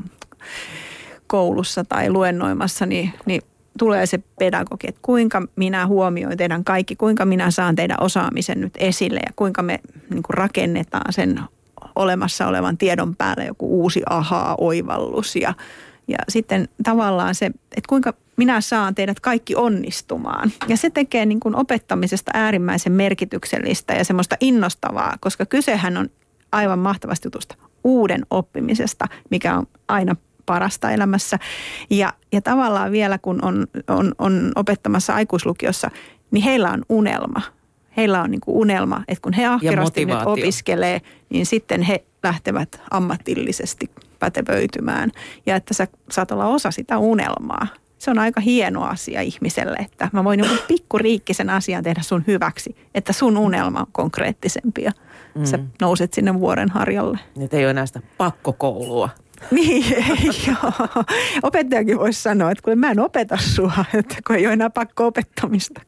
koulussa tai luennoimassa, niin tulee se pedagogi, että kuinka minä huomioin teidän kaikki, kuinka minä saan teidän osaamisen nyt esille ja kuinka me niin kuin rakennetaan sen olemassa olevan tiedon päälle joku uusi ahaa-oivallus ja sitten tavallaan se, että kuinka minä saan teidät kaikki onnistumaan. Ja se tekee niin kuin opettamisesta äärimmäisen merkityksellistä ja semmoista innostavaa, koska kysehän on aivan mahtavasti jutusta uuden oppimisesta, mikä on aina parasta elämässä. Ja tavallaan vielä kun on opettamassa aikuislukiossa, niin heillä on unelma. Heillä on niin kuin unelma, että kun he ahkerasti nyt opiskelee, niin sitten he lähtevät ammatillisesti pätevöitymään. Ja että sä saat olla osa sitä unelmaa. Se on aika hieno asia ihmiselle, että mä voin joku pikkuriikkisen asian tehdä sun hyväksi, että sun unelma on konkreettisempi ja sä nouset sinne vuoren harjalle. Nyt ei ole enää sitä pakkokoulua. Niin, joo. Opettajakin voisi sanoa, että kun mä en opeta sua, että kun ei ole enää pakko opettamista.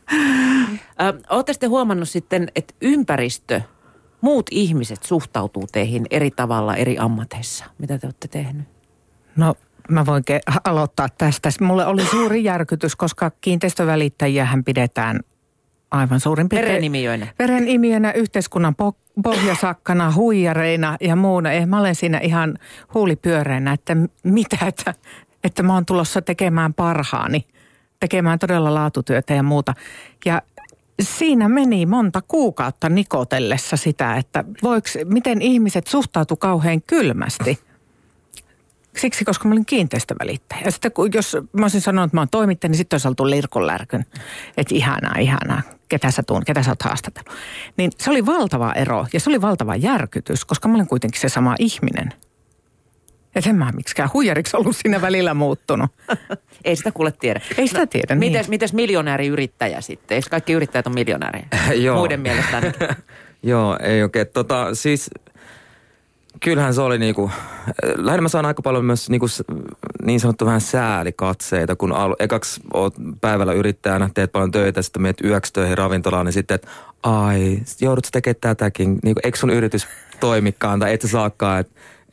Olette sitten huomannut sitten, että ympäristö, muut ihmiset suhtautuu teihin eri tavalla eri ammateissa. Mitä te olette tehnyt? No mä voin aloittaa tästä. Mulle oli järkytys, koska kiinteistövälittäjiähän pidetään aivan suurin piirtein verenimijöinä, yhteiskunnan pohjasakkana, huijareina ja muuna. Mä olen siinä ihan huulipyöreänä, että että mä oon tulossa tekemään parhaani, tekemään todella laatutyötä ja muuta. Ja siinä meni monta kuukautta nikotellessa sitä, että miten ihmiset suhtautu kauhean kylmästi. Siksi, koska mä olin kiinteistövälittäjä. Ja sitten jos mä olisin sanonut, että mä oon toimittaja, niin sitten olisi oltu lirkunlärkyn. Että ihanaa. Ketä sä oot haastatellut. Niin se oli valtava ero ja se oli valtava järkytys, koska mä olin kuitenkin se sama ihminen. Että en mä miksikään huijariksi ollut siinä välillä muuttunut. Ei sitä kuule tiedä. Ei sitä tiedä, niin. Mites miljonääriyrittäjä sitten? Eikö kaikki yrittäjät on miljonäärejä? Joo. Muiden mielestä ainakin. Joo, ei oikein. Siis kyllähän se oli niinku, lähinnä mä saan aika paljon myös niinku, niin sanottu vähän säälikatseita, kun ekaksi oot päivällä yrittäjänä, teet paljon töitä, sitten menet yöksi töihin ravintolaan, niin sitten, että ai, joudut sä tekemään tätäkin, niinku, eikö sun yritys toimikaan tai et sä saakaan,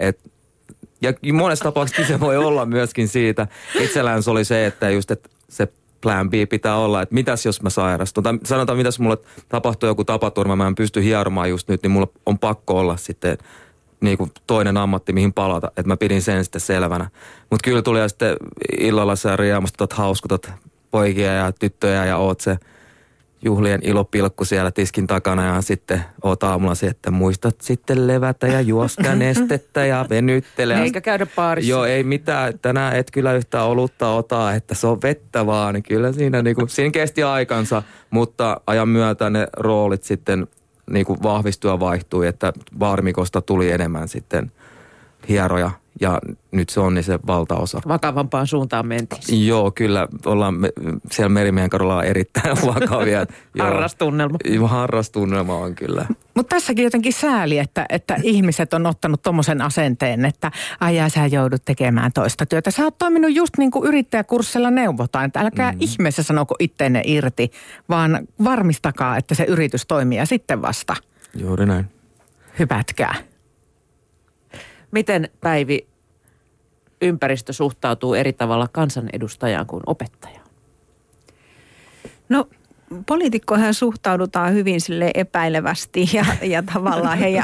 ja monessa tapauksessa se voi olla myöskin siitä. Itsellään se oli se, että just, että se plan B pitää olla, että mitäs jos mä sairastun. Tai sanotaan, mitäs mulle tapahtuu joku tapaturma, mä en pysty hieromaan just nyt, niin mulla on pakko olla sitten niin kuin toinen ammatti, mihin palata. Että mä pidin sen sitten selvänä. Mutta kyllä tuli sitten illalla sä riemustutat, hauskutat poikia ja tyttöjä ja oot se juhlien ilopilkku siellä tiskin takana ja sitten oot aamulla se, että muistat sitten levätä ja juosta nestettä ja venyttele. Eikä käydä baarissa. Joo, ei mitään. Tänään et kyllä yhtään olutta ota, että se on vettä vaan. Niin kyllä siinä kesti aikansa, mutta ajan myötä ne roolit sitten vahvistui ja vaihtui, että baarmikosta tuli enemmän sitten hieroja. Ja nyt se on niin se valtaosa. Vakavampaan suuntaan mentiin. Joo, kyllä ollaan siellä Merimiehen kadulla erittäin vakavia. Harrastunnelma. Harrastunnelma on kyllä. Mutta tässäkin jotenkin sääli, että ihmiset on ottanut tommosen asenteen, että aijaa sä joudut tekemään toista työtä. Sä oot toiminut just niin kuin yrittäjäkurssilla neuvotaan, että älkää ihmeessä sanoko itteenne irti, vaan varmistakaa, että se yritys toimii ja sitten vasta. Juuri näin. Hypätkää. Miten, Päivi, ympäristö suhtautuu eri tavalla kansanedustajaan kuin opettajaan? No, poliitikkoihin suhtaudutaan hyvin sille epäilevästi ja tavallaan heidän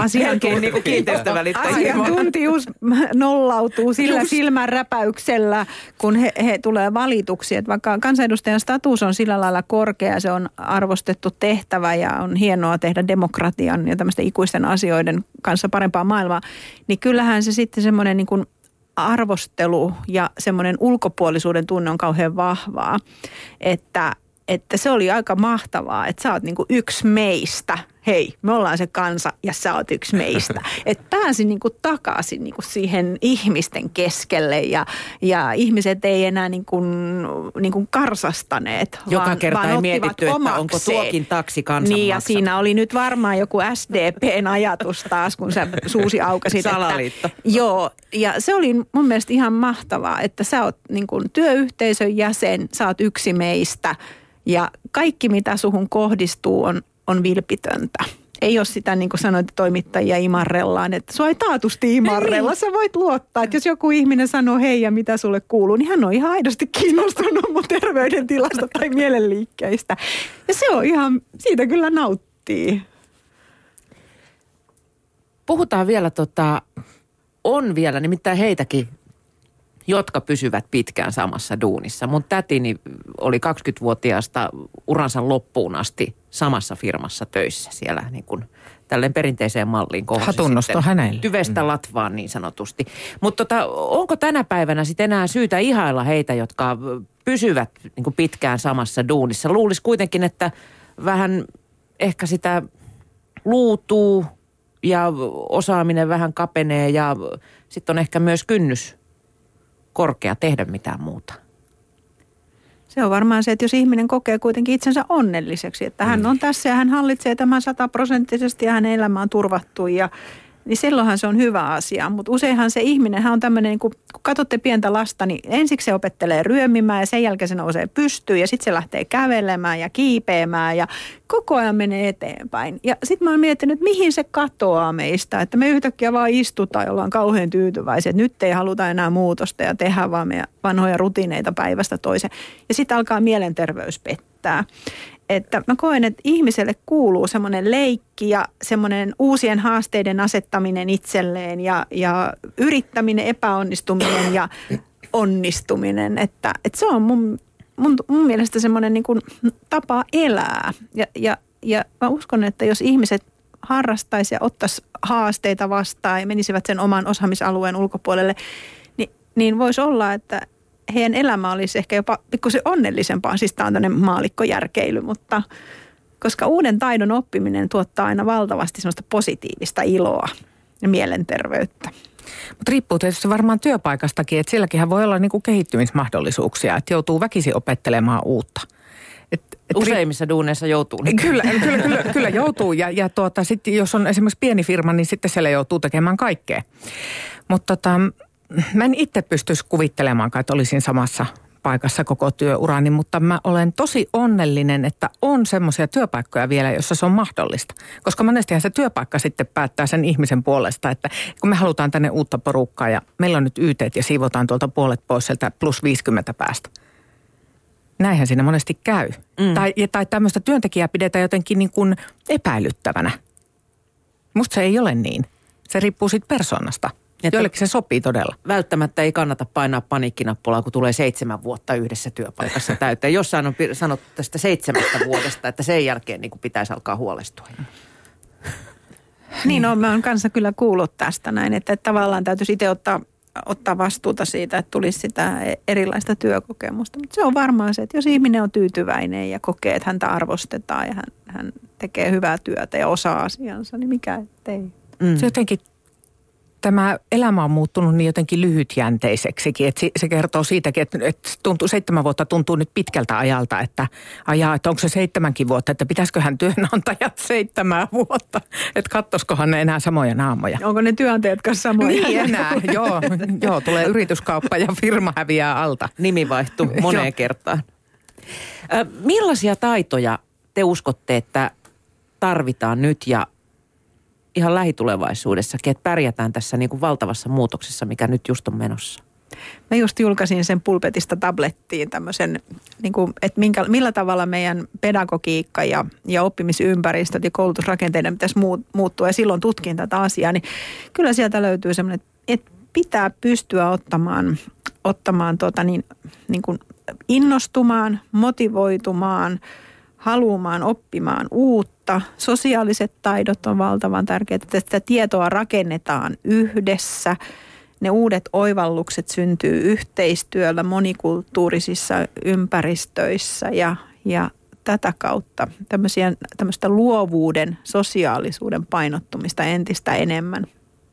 asiantuntijuus nollautuu sillä silmänräpäyksellä, kun he tulee valituksi. Että vaikka kansanedustajan status on sillä lailla korkea, se on arvostettu tehtävä ja on hienoa tehdä demokratian ja tämmöisten ikuisten asioiden kanssa parempaa maailmaa, niin kyllähän se sitten semmoinen niin kuin arvostelu ja semmoinen ulkopuolisuuden tunne on kauhean vahvaa, että se oli aika mahtavaa, että sä oot niinku yksi meistä. Hei, me ollaan se kansa ja sä oot yksi meistä. Että pääsin niinku takaisin niinku siihen ihmisten keskelle ja ihmiset ei enää niinku karsastaneet. Joka kerta vaan ei mietitty, että onko tuokin taksi kansan niin, ja maksama. siinä oli nyt varmaan joku SDPn ajatus taas, kun sä suusi aukasit. Salaliitto. Joo, ja se oli mun mielestä ihan mahtavaa, että sä oot niinku työyhteisön jäsen, sä oot yksi meistä. Ja kaikki, mitä suhun kohdistuu, on vilpitöntä. Ei ole sitä, niin kuin sanoit, toimittajia imarrellaan, että sua ei taatusti imarrella. Sä voit luottaa, että jos joku ihminen sanoo hei ja mitä sulle kuuluu, niin hän on ihan aidosti kiinnostunut mun terveydentilasta tai mielenliikkeistä. Ja se on ihan, siitä kyllä nauttii. Puhutaan vielä, on vielä nimittäin heitäkin, jotka pysyvät pitkään samassa duunissa. Mun tätini oli 20-vuotiaasta uransa loppuun asti samassa firmassa töissä siellä niin kuin tälleen perinteiseen malliin. Hatunnosto hänelle. Tyvestä latvaan niin sanotusti. Mutta onko tänä päivänä sitten enää syytä ihailla heitä, jotka pysyvät niin kuin pitkään samassa duunissa? Luulisi kuitenkin, että vähän ehkä sitä luutuu ja osaaminen vähän kapenee ja sitten on ehkä myös kynnys korkea tehdä mitään muuta. Se on varmaan se, että jos ihminen kokee kuitenkin itsensä onnelliseksi, että hän on tässä ja hän hallitsee tämän 100% ja hänen elämä on turvattu niin silloinhan se on hyvä asia. Mutta useinhan se ihminen, hän on tämmöinen, kun katsotte pientä lasta, niin ensiksi se opettelee ryömimään ja sen jälkeen se nousee pystyyn ja sitten se lähtee kävelemään ja kiipeämään ja koko ajan menee eteenpäin. Ja sitten mä oon miettinyt, että mihin se katoaa meistä, että me yhtäkkiä vaan istutaan ja ollaan kauhean tyytyväisiä, että nyt ei haluta enää muutosta ja tehdä vaan meidän vanhoja rutiineita päivästä toiseen. Ja sitten alkaa mielenterveys pettää. Että mä koen, että ihmiselle kuuluu semmoinen leikki ja semmoinen uusien haasteiden asettaminen itselleen ja yrittäminen, epäonnistuminen ja onnistuminen. Että se on mun mielestä semmoinen niin kuin tapa elää. Ja mä uskon, että jos ihmiset harrastaisi ja ottaisi haasteita vastaan ja menisivät sen oman osaamisalueen ulkopuolelle, niin voisi olla, että heidän elämä olisi ehkä jopa pikkusen onnellisempaa. Siis tämä on tämmöinen maalikkojärkeily, mutta koska uuden taidon oppiminen tuottaa aina valtavasti semmoista positiivista iloa ja mielenterveyttä. Mutta riippuu tietysti varmaan työpaikastakin, että silläkinhän voi olla niinku kehittymismahdollisuuksia, että joutuu väkisin opettelemaan uutta. Useimmissa duuneissa joutuu. Niin. Kyllä joutuu ja sitten jos on esimerkiksi pieni firma, niin sitten siellä joutuu tekemään kaikkea. Mutta mä en itse pystyisi kuvittelemaan, että olisin samassa paikassa koko työurani, mutta mä olen tosi onnellinen, että on semmoisia työpaikkoja vielä, jossa se on mahdollista. Koska monestihan se työpaikka sitten päättää sen ihmisen puolesta, että kun me halutaan tänne uutta porukkaa ja meillä on nyt YT:t ja siivotaan tuolta puolet pois sieltä plus 50 päästä. Näinhän siinä monesti käy. Tai tämmöistä työntekijää pidetään jotenkin niin kuin epäilyttävänä. Musta se ei ole niin. Se riippuu siitä persoonasta. Joillekin se sopii todella. Välttämättä ei kannata painaa paniikkinappulaa, kun tulee 7 vuotta yhdessä työpaikassa täyteen. Jossain on sanottu tästä 7 vuodesta, että sen jälkeen niin kuin pitäisi alkaa huolestua. Niin on, mä oon kanssa kyllä kuullut tästä näin, että tavallaan täytyisi itse ottaa vastuuta siitä, että tulisi sitä erilaista työkokemusta. Mutta se on varmaan se, että jos ihminen on tyytyväinen ja kokee, että häntä arvostetaan ja hän tekee hyvää työtä ja osaa asiansa, niin mikä ettei. Se jotenkin, tämä elämä on muuttunut niin jotenkin lyhytjänteiseksikin, että se kertoo siitäkin, että 7 vuotta tuntuu nyt pitkältä ajalta, että onko se 7 vuotta, että pitäisiköhän työnantajat 7 vuotta, että kattoskohan ne enää samoja naamoja. Onko ne työnantajat kanssa samoja? Niin enää, joo, tulee yrityskauppa ja firma häviää alta. Nimi vaihtuu moneen kertaan. Millaisia taitoja te uskotte, että tarvitaan nyt ja ihan lähitulevaisuudessakin, että pärjätään tässä niin kuin valtavassa muutoksessa, mikä nyt just on menossa? Mä just julkaisin sen Pulpetista tablettiin tämmöisen, niin kuin, että millä tavalla meidän pedagogiikka ja oppimisympäristöt ja koulutusrakenteiden pitäisi muuttua. Ja silloin tutkin tätä asiaa, niin kyllä sieltä löytyy semmoinen, että pitää pystyä ottamaan niin kuin innostumaan, motivoitumaan, haluamaan oppimaan uutta. Sosiaaliset taidot on valtavan tärkeitä, että sitä tietoa rakennetaan yhdessä. Ne uudet oivallukset syntyy yhteistyöllä monikulttuurisissa ympäristöissä ja tätä kautta tämmöistä luovuuden, sosiaalisuuden painottumista entistä enemmän.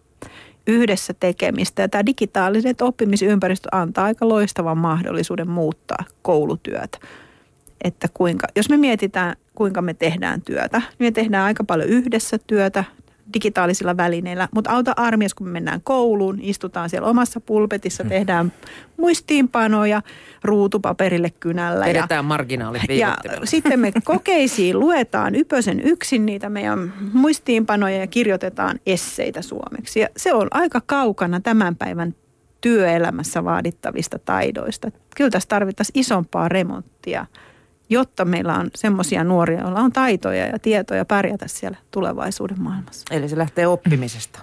Yhdessä tekemistä ja tämä digitaaliset oppimisympäristöt antaa aika loistavan mahdollisuuden muuttaa koulutyötä. Että jos me mietitään, kuinka me tehdään työtä, niin me tehdään aika paljon yhdessä työtä digitaalisilla välineillä. Mutta auta armias, kun me mennään kouluun, istutaan siellä omassa pulpetissa, tehdään muistiinpanoja ruutupaperille kynällä. Vedetään marginaalit viikottimella. Ja sitten me kokeisiin luetaan ypösen yksin niitä meidän muistiinpanoja ja kirjoitetaan esseitä suomeksi. Ja se on aika kaukana tämän päivän työelämässä vaadittavista taidoista. Kyllä tässä tarvittaisiin isompaa remonttia, jotta meillä on semmoisia nuoria, joilla on taitoja ja tietoja pärjätä siellä tulevaisuuden maailmassa. Eli se lähtee oppimisesta.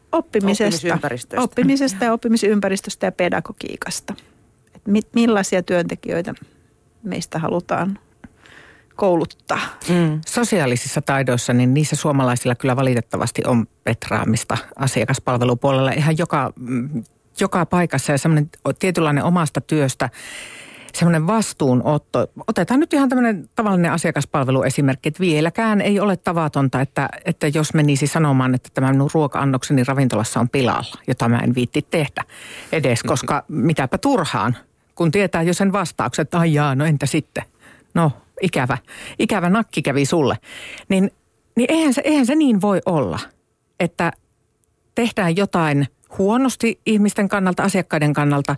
Oppimisesta ja oppimisympäristöstä ja pedagogiikasta. Millaisia työntekijöitä meistä halutaan kouluttaa. Sosiaalisissa taidoissa, niin niissä suomalaisilla kyllä valitettavasti on petraamista asiakaspalvelupuolella ihan joka paikassa ja semmoinen tietynlainen omasta työstä semmoinen vastuunotto. Otetaan nyt ihan tämmöinen tavallinen asiakaspalveluesimerkki, että vieläkään ei ole tavatonta, että jos menisi sanomaan, että tämä minun ruoka-annokseni ravintolassa on pilalla, jota mä en viitti tehdä edes, koska mitäpä turhaan, kun tietää jo sen vastauksen, että no entä sitten? No, ikävä nakki kävi sulle. Niin eihän se niin voi olla, että tehdään jotain huonosti ihmisten kannalta, asiakkaiden kannalta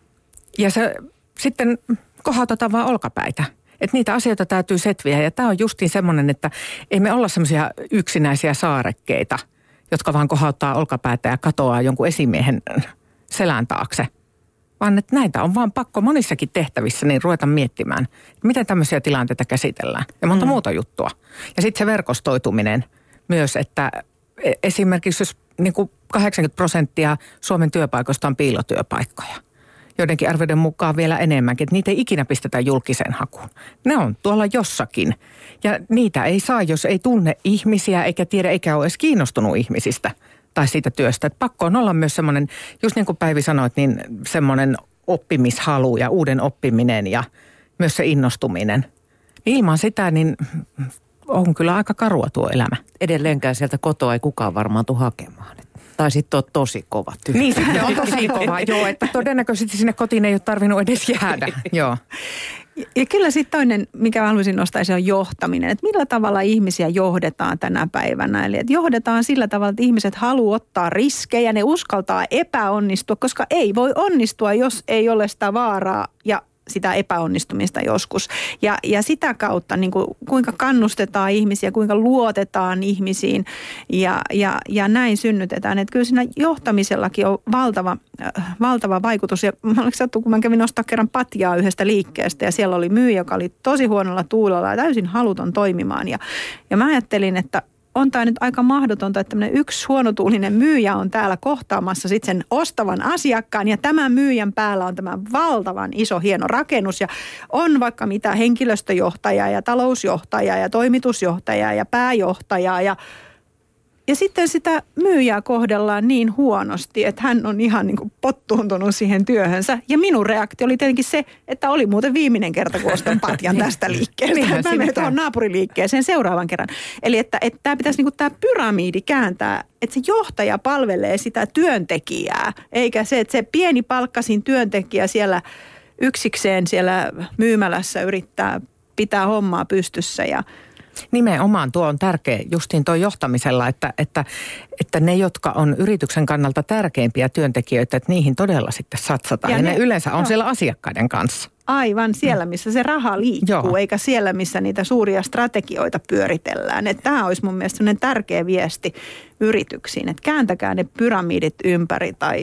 ja se sitten kohautetaan vaan olkapäitä. Että niitä asioita täytyy setviä ja tämä on justiin semmoinen, että ei me olla semmoisia yksinäisiä saarekkeita, jotka vaan kohauttaa olkapäätä ja katoaa jonkun esimiehen selän taakse. Vaan että näitä on vaan pakko monissakin tehtävissä niin ruveta miettimään, miten tämmöisiä tilanteita käsitellään ja monta muuta juttua. Ja sitten se verkostoituminen myös, että esimerkiksi jos niin kuin 80% Suomen työpaikoista on piilotyöpaikkoja. Joidenkin arvioiden mukaan vielä enemmänkin, että niitä ei ikinä pistetä julkiseen hakuun. Ne on tuolla jossakin. Ja niitä ei saa, jos ei tunne ihmisiä, eikä tiedä, eikä ole edes kiinnostunut ihmisistä tai siitä työstä. Että pakko on olla myös semmoinen, just niin kuin Päivi sanoit, niin semmoinen oppimishalu ja uuden oppiminen ja myös se innostuminen. Ilman sitä, niin on kyllä aika karua tuo elämä. Edelleenkään sieltä kotoa ei kukaan varmaan tule hakemaan. Tai sitten on tosi kova työ. Niin, se on tosi kova, joo, että todennäköisesti sinne kotiin ei ole tarvinnut edes jäädä, joo. Ja kyllä sitten toinen, mikä haluaisin nostaa, se on johtaminen. Että millä tavalla ihmisiä johdetaan tänä päivänä. Eli että johdetaan sillä tavalla, että ihmiset haluaa ottaa riskejä, ne uskaltaa epäonnistua, koska ei voi onnistua, jos ei ole sitä vaaraa ja sitä epäonnistumista joskus. Ja sitä kautta niin kuinka kannustetaan ihmisiä, kuinka luotetaan ihmisiin ja näin synnytetään. Että kyllä siinä johtamisellakin on valtava vaikutus. Ja oliko sattu, kun mä kävin ostaa kerran patjaa yhdestä liikkeestä ja siellä oli myyjä, joka oli tosi huonolla tuulella ja täysin haluton toimimaan. Ja mä ajattelin, että on tämä nyt aika mahdotonta, että tämmöinen yksi huonotuulinen myyjä on täällä kohtaamassa sitten sen ostavan asiakkaan ja tämän myyjän päällä on tämä valtavan iso hieno rakennus ja on vaikka mitä henkilöstöjohtaja ja talousjohtaja ja toimitusjohtaja ja pääjohtaja ja sitten sitä myyjää kohdellaan niin huonosti, että hän on ihan niin kuin pottuuntunut siihen työhönsä. Ja minun reaktio oli tietenkin se, että oli muuten viimeinen kerta, kun ostan patjan tästä liikkeestä. Mä menen tuohon naapuriliikkeeseen seuraavan kerran. Eli että tämä pitäisi niin kuin tämä pyramidi kääntää, että se johtaja palvelee sitä työntekijää, eikä se, että se pieni palkkasin työntekijä siellä yksikseen siellä myymälässä yrittää pitää hommaa pystyssä ja nimenomaan tuo on tärkeä justiin tuo johtamisella, että ne, jotka on yrityksen kannalta tärkeimpiä työntekijöitä, että niihin todella sitten satsataan. Ja ne yleensä on siellä asiakkaiden kanssa. Aivan, siellä missä se raha liikkuu, eikä siellä missä niitä suuria strategioita pyöritellään. Että tämä olisi mun mielestä sellainen tärkeä viesti yrityksiin, että kääntäkää ne pyramidit ympäri tai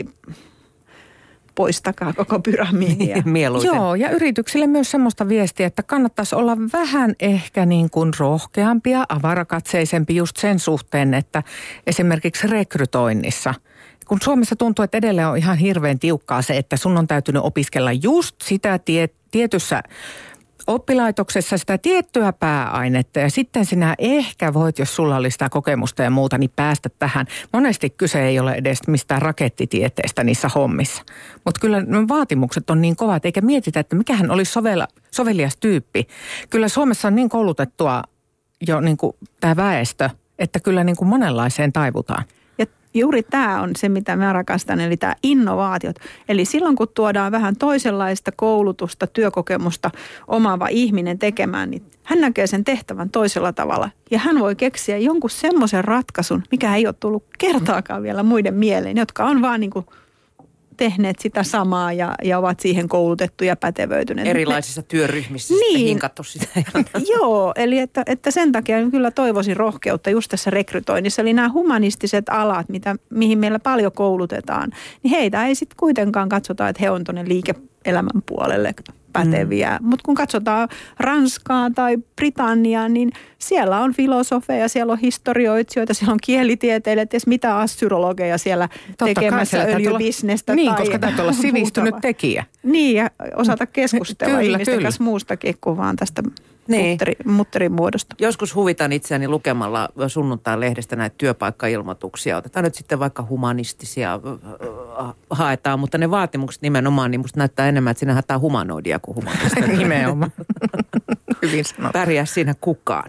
poistakaa koko pyramidia. Mieluiten. Joo, ja yrityksille myös semmoista viestiä, että kannattaisi olla vähän ehkä niin kuin rohkeampia, avarakatseisempi just sen suhteen, että esimerkiksi rekrytoinnissa, kun Suomessa tuntuu, että edelleen on ihan hirveän tiukkaa se, että sun on täytynyt opiskella just sitä tietyssä oppilaitoksessa sitä tiettyä pääainetta ja sitten sinä ehkä voit, jos sulla oli sitä kokemusta ja muuta, niin päästä tähän. Monesti kyse ei ole edes mistään rakettitieteestä niissä hommissa. Mutta kyllä vaatimukset on niin kovat, eikä mietitä, että mikähän olisi sovelias tyyppi. Kyllä Suomessa on niin koulutettua jo niin kuin tämä väestö, että kyllä niin kuin monenlaiseen taivutaan. Juuri tämä on se, mitä mä rakastan, eli tämä innovaatiot. Eli silloin, kun tuodaan vähän toisenlaista koulutusta, työkokemusta omaava ihminen tekemään, niin hän näkee sen tehtävän toisella tavalla. Ja hän voi keksiä jonkun semmoisen ratkaisun, mikä ei ole tullut kertaakaan vielä muiden mieleen, jotka on vaan niin kuin tehneet sitä samaa ja ovat siihen koulutettuja ja pätevöityneet. Erilaisissa työryhmissä sitten hinkattu sitä. Joo, eli että sen takia kyllä toivoisin rohkeutta just tässä rekrytoinnissa. Eli nämä humanistiset alat, mihin meillä paljon koulutetaan, niin heitä ei sitten kuitenkaan katsota, että he on tuonne liike-elämän puolelle päteviä. Mutta kun katsotaan Ranskaa tai Britanniaa, niin siellä on filosofeja, siellä on historioitsijoita, siellä on kielitieteilijät, ties mitä assyrologeja siellä tekemässä öljybisnestä. Niin, koska täytyy olla sivistynyt tekijä. Niin, ja osata keskustella ihmisten kanssa muustakin kuin vaan tästä mutterin muodosta. Joskus huvitan itseäni lukemalla sunnuntai-lehdestä näitä työpaikkailmoituksia. Otetaan nyt sitten vaikka humanistisia haetaan, mutta ne vaatimukset nimenomaan, niin musta näyttää enemmän, että siinä haetaan humanoidia kuin humanista. Nimenomaan. Hyvin sanottu. Pärjää siinä kukaan.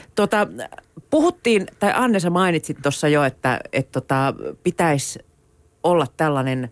Puhuttiin, tai Anne sä mainitsit tuossa jo, että pitäisi olla tällainen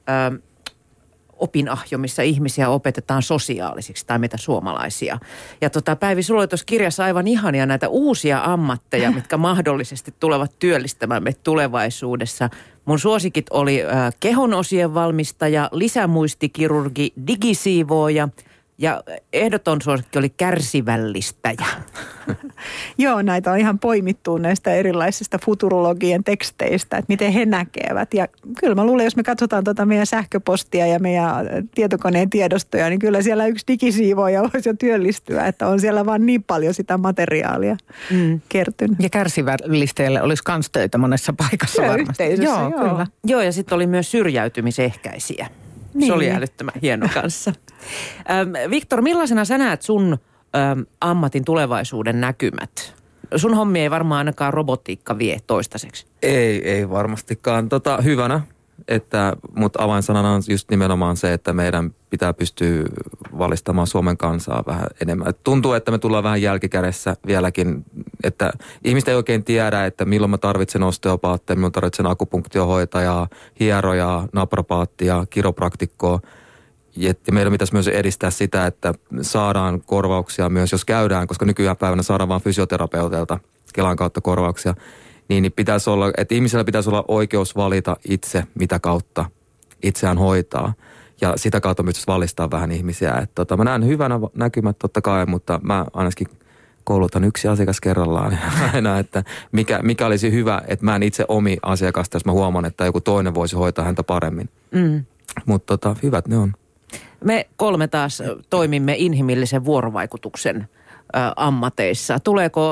opinahjo, missä ihmisiä opetetaan sosiaalisiksi tai meitä suomalaisia. Ja Päivi, sulla oli tuossa kirjassa aivan ihania näitä uusia ammatteja, mitkä mahdollisesti tulevat työllistämään meitä tulevaisuudessa. Mun suosikit oli kehonosien valmistaja, lisämuistikirurgi, digisiivooja ja ehdoton suosikki oli kärsivällistäjä. Joo, näitä on ihan poimittu näistä erilaisista futurologien teksteistä, että miten he näkevät. Ja kyllä mä luulen, jos me katsotaan meidän sähköpostia ja meidän tietokoneen tiedostoja, niin kyllä siellä yksi digisiivooja voisi jo työllistyä, että on siellä vaan niin paljon sitä materiaalia kertynyt. Ja kärsivällistäjälle olisi kans töitä monessa paikassa varmasti. Joo, kyllä. Joo, ja sitten oli myös syrjäytymisehkäisiä. Se oli älyttömän hieno kanssa. Viktor, millaisena sä näet sun ammatin tulevaisuuden näkymät? Sun hommi ei varmaan ainakaan robotiikka vie toistaiseksi. Ei varmastikaan. Hyvänä, mutta avainsanana on just nimenomaan se, että meidän pitää pystyä valistamaan Suomen kansaa vähän enemmän. Tuntuu, että me tullaan vähän jälkikädessä vieläkin, että ihmiset ei oikein tiedä, että milloin mä tarvitsen osteopaattia, milloin tarvitsen akupunktiohoitajaa, hierojaa, naprapaattia, kiropraktikkoa. Ja meidän pitäisi myös edistää sitä, että saadaan korvauksia myös, jos käydään, koska nykyään päivänä saadaan vain fysioterapeutilta Kelan kautta korvauksia. Niin pitäisi olla, että ihmisellä pitäisi olla oikeus valita itse, mitä kautta itseään hoitaa. Ja sitä kautta myös valistaa vähän ihmisiä. Mä näen hyvänä näkymät totta kai, mutta mä ainakin koulutan yksi asiakas kerrallaan aina, että mikä olisi hyvä, että mä en itse omi asiakasta, jos mä huomaan, että joku toinen voisi hoitaa häntä paremmin. Mutta hyvät ne on. Me 3 taas toimimme inhimillisen vuorovaikutuksen ammateissa.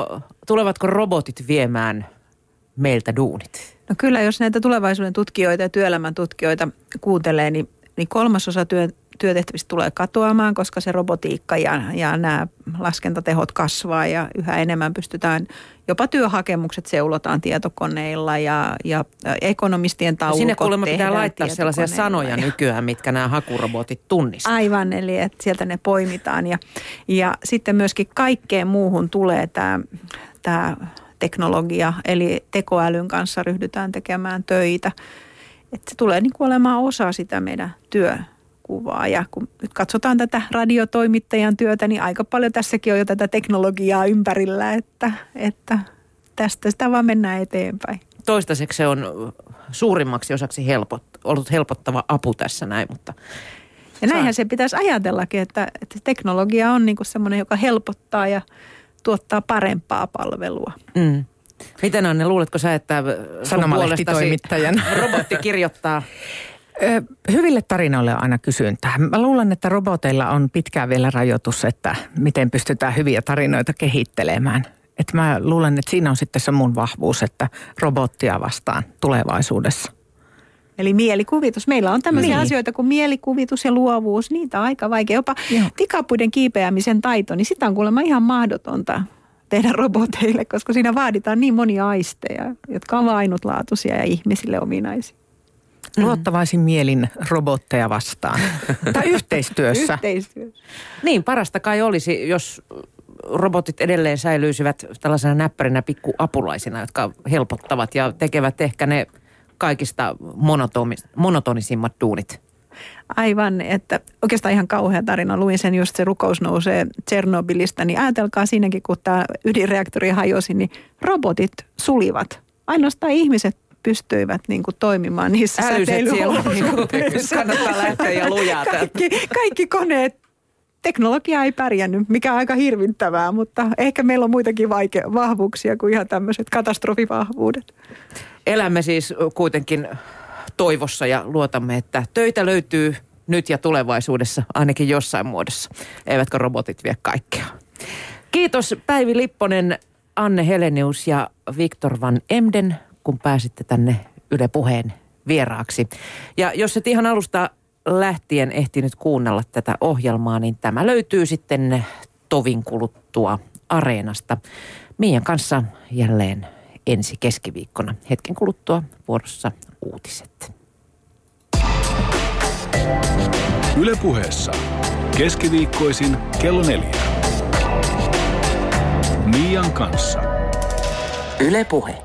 tulevatko robotit viemään meiltä duunit? No kyllä, jos näitä tulevaisuuden tutkijoita ja työelämän tutkijoita kuuntelee, niin 3/3 työtehtävistä tulee katoamaan, koska se robotiikka ja nämä laskentatehot kasvaa ja yhä enemmän pystytään, jopa työhakemukset seulotaan tietokoneilla ja ekonomistien taulukot sinne kuulemma pitää tehdään laittaa sellaisia sanoja nykyään, mitkä nämä hakurobotit tunnistaa. Aivan, eli että sieltä ne poimitaan ja sitten myöskin kaikkeen muuhun tulee tämä teknologia, eli tekoälyn kanssa ryhdytään tekemään töitä. Että se tulee niin kuin olemaan osa sitä meidän työkuvaa. Ja kun nyt katsotaan tätä radiotoimittajan työtä, niin aika paljon tässäkin on jo tätä teknologiaa ympärillä, että tästä sitä vaan mennään eteenpäin. Toistaiseksi se on suurimmaksi osaksi ollut helpottava apu tässä näin, mutta... Ja näinhän se pitäisi ajatellakin, että teknologia on niin kuin semmoinen, joka helpottaa tuottaa parempaa palvelua. Mm. Miten Anne, luuletko sä, että sanomalehtitoimittajan robotti kirjoittaa? Hyville tarinoille on aina kysyntää. Mä luulen, että roboteilla on pitkään vielä rajoitus, että miten pystytään hyviä tarinoita kehittelemään. Että mä luulen, että siinä on sitten se mun vahvuus, että robottia vastaan tulevaisuudessa. Eli mielikuvitus. Meillä on tämmöisiä asioita kuin mielikuvitus ja luovuus. Niitä on aika vaikea. Jopa tikapuiden kiipeämisen taito, niin sitä on kuulemma ihan mahdotonta tehdä roboteille, koska siinä vaaditaan niin monia aisteja, jotka on ainutlaatuisia ja ihmisille ominaisia. Luottavaisin mielin robotteja vastaan. Tai yhteistyössä. Yhteistyössä. Niin, parasta kai olisi, jos robotit edelleen säilyisivät tällaisena näppärinä pikkuapulaisina, jotka helpottavat ja tekevät ehkä ne kaikista monotonisimmat duunit. Aivan, että oikeastaan ihan kauhea tarina. Luin sen just, se rukous nousee Tšernobylistä, niin ajatelkaa siinäkin, kun tämä ydinreaktori hajosi, niin robotit sulivat. Ainoastaan ihmiset pystyivät niin kuin toimimaan niissä säteilyolosuhteissa. Kannattaa lähteä ja lujaa. Kaikki koneet. Teknologia ei pärjännyt, mikä on aika hirvittävää, mutta ehkä meillä on muitakin vahvuuksia kuin ihan tämmöiset katastrofivahvuudet. Elämme siis kuitenkin toivossa ja luotamme, että töitä löytyy nyt ja tulevaisuudessa ainakin jossain muodossa. Eivätkö robotit vie kaikkea. Kiitos Päivi Lipponen, Anne Helenius ja Viktor van Emden, kun pääsitte tänne Yle Puheen vieraaksi. Ja jos et ihan alusta lähtien ehtinyt kuunnella tätä ohjelmaa, niin tämä löytyy sitten tovin kuluttua Areenasta. Miian kanssa jälleen ensi keskiviikkona. Hetken kuluttua vuorossa uutiset. Yle Puheessa. Keskiviikkoisin kello 4. Miian kanssa. Yle Puhe.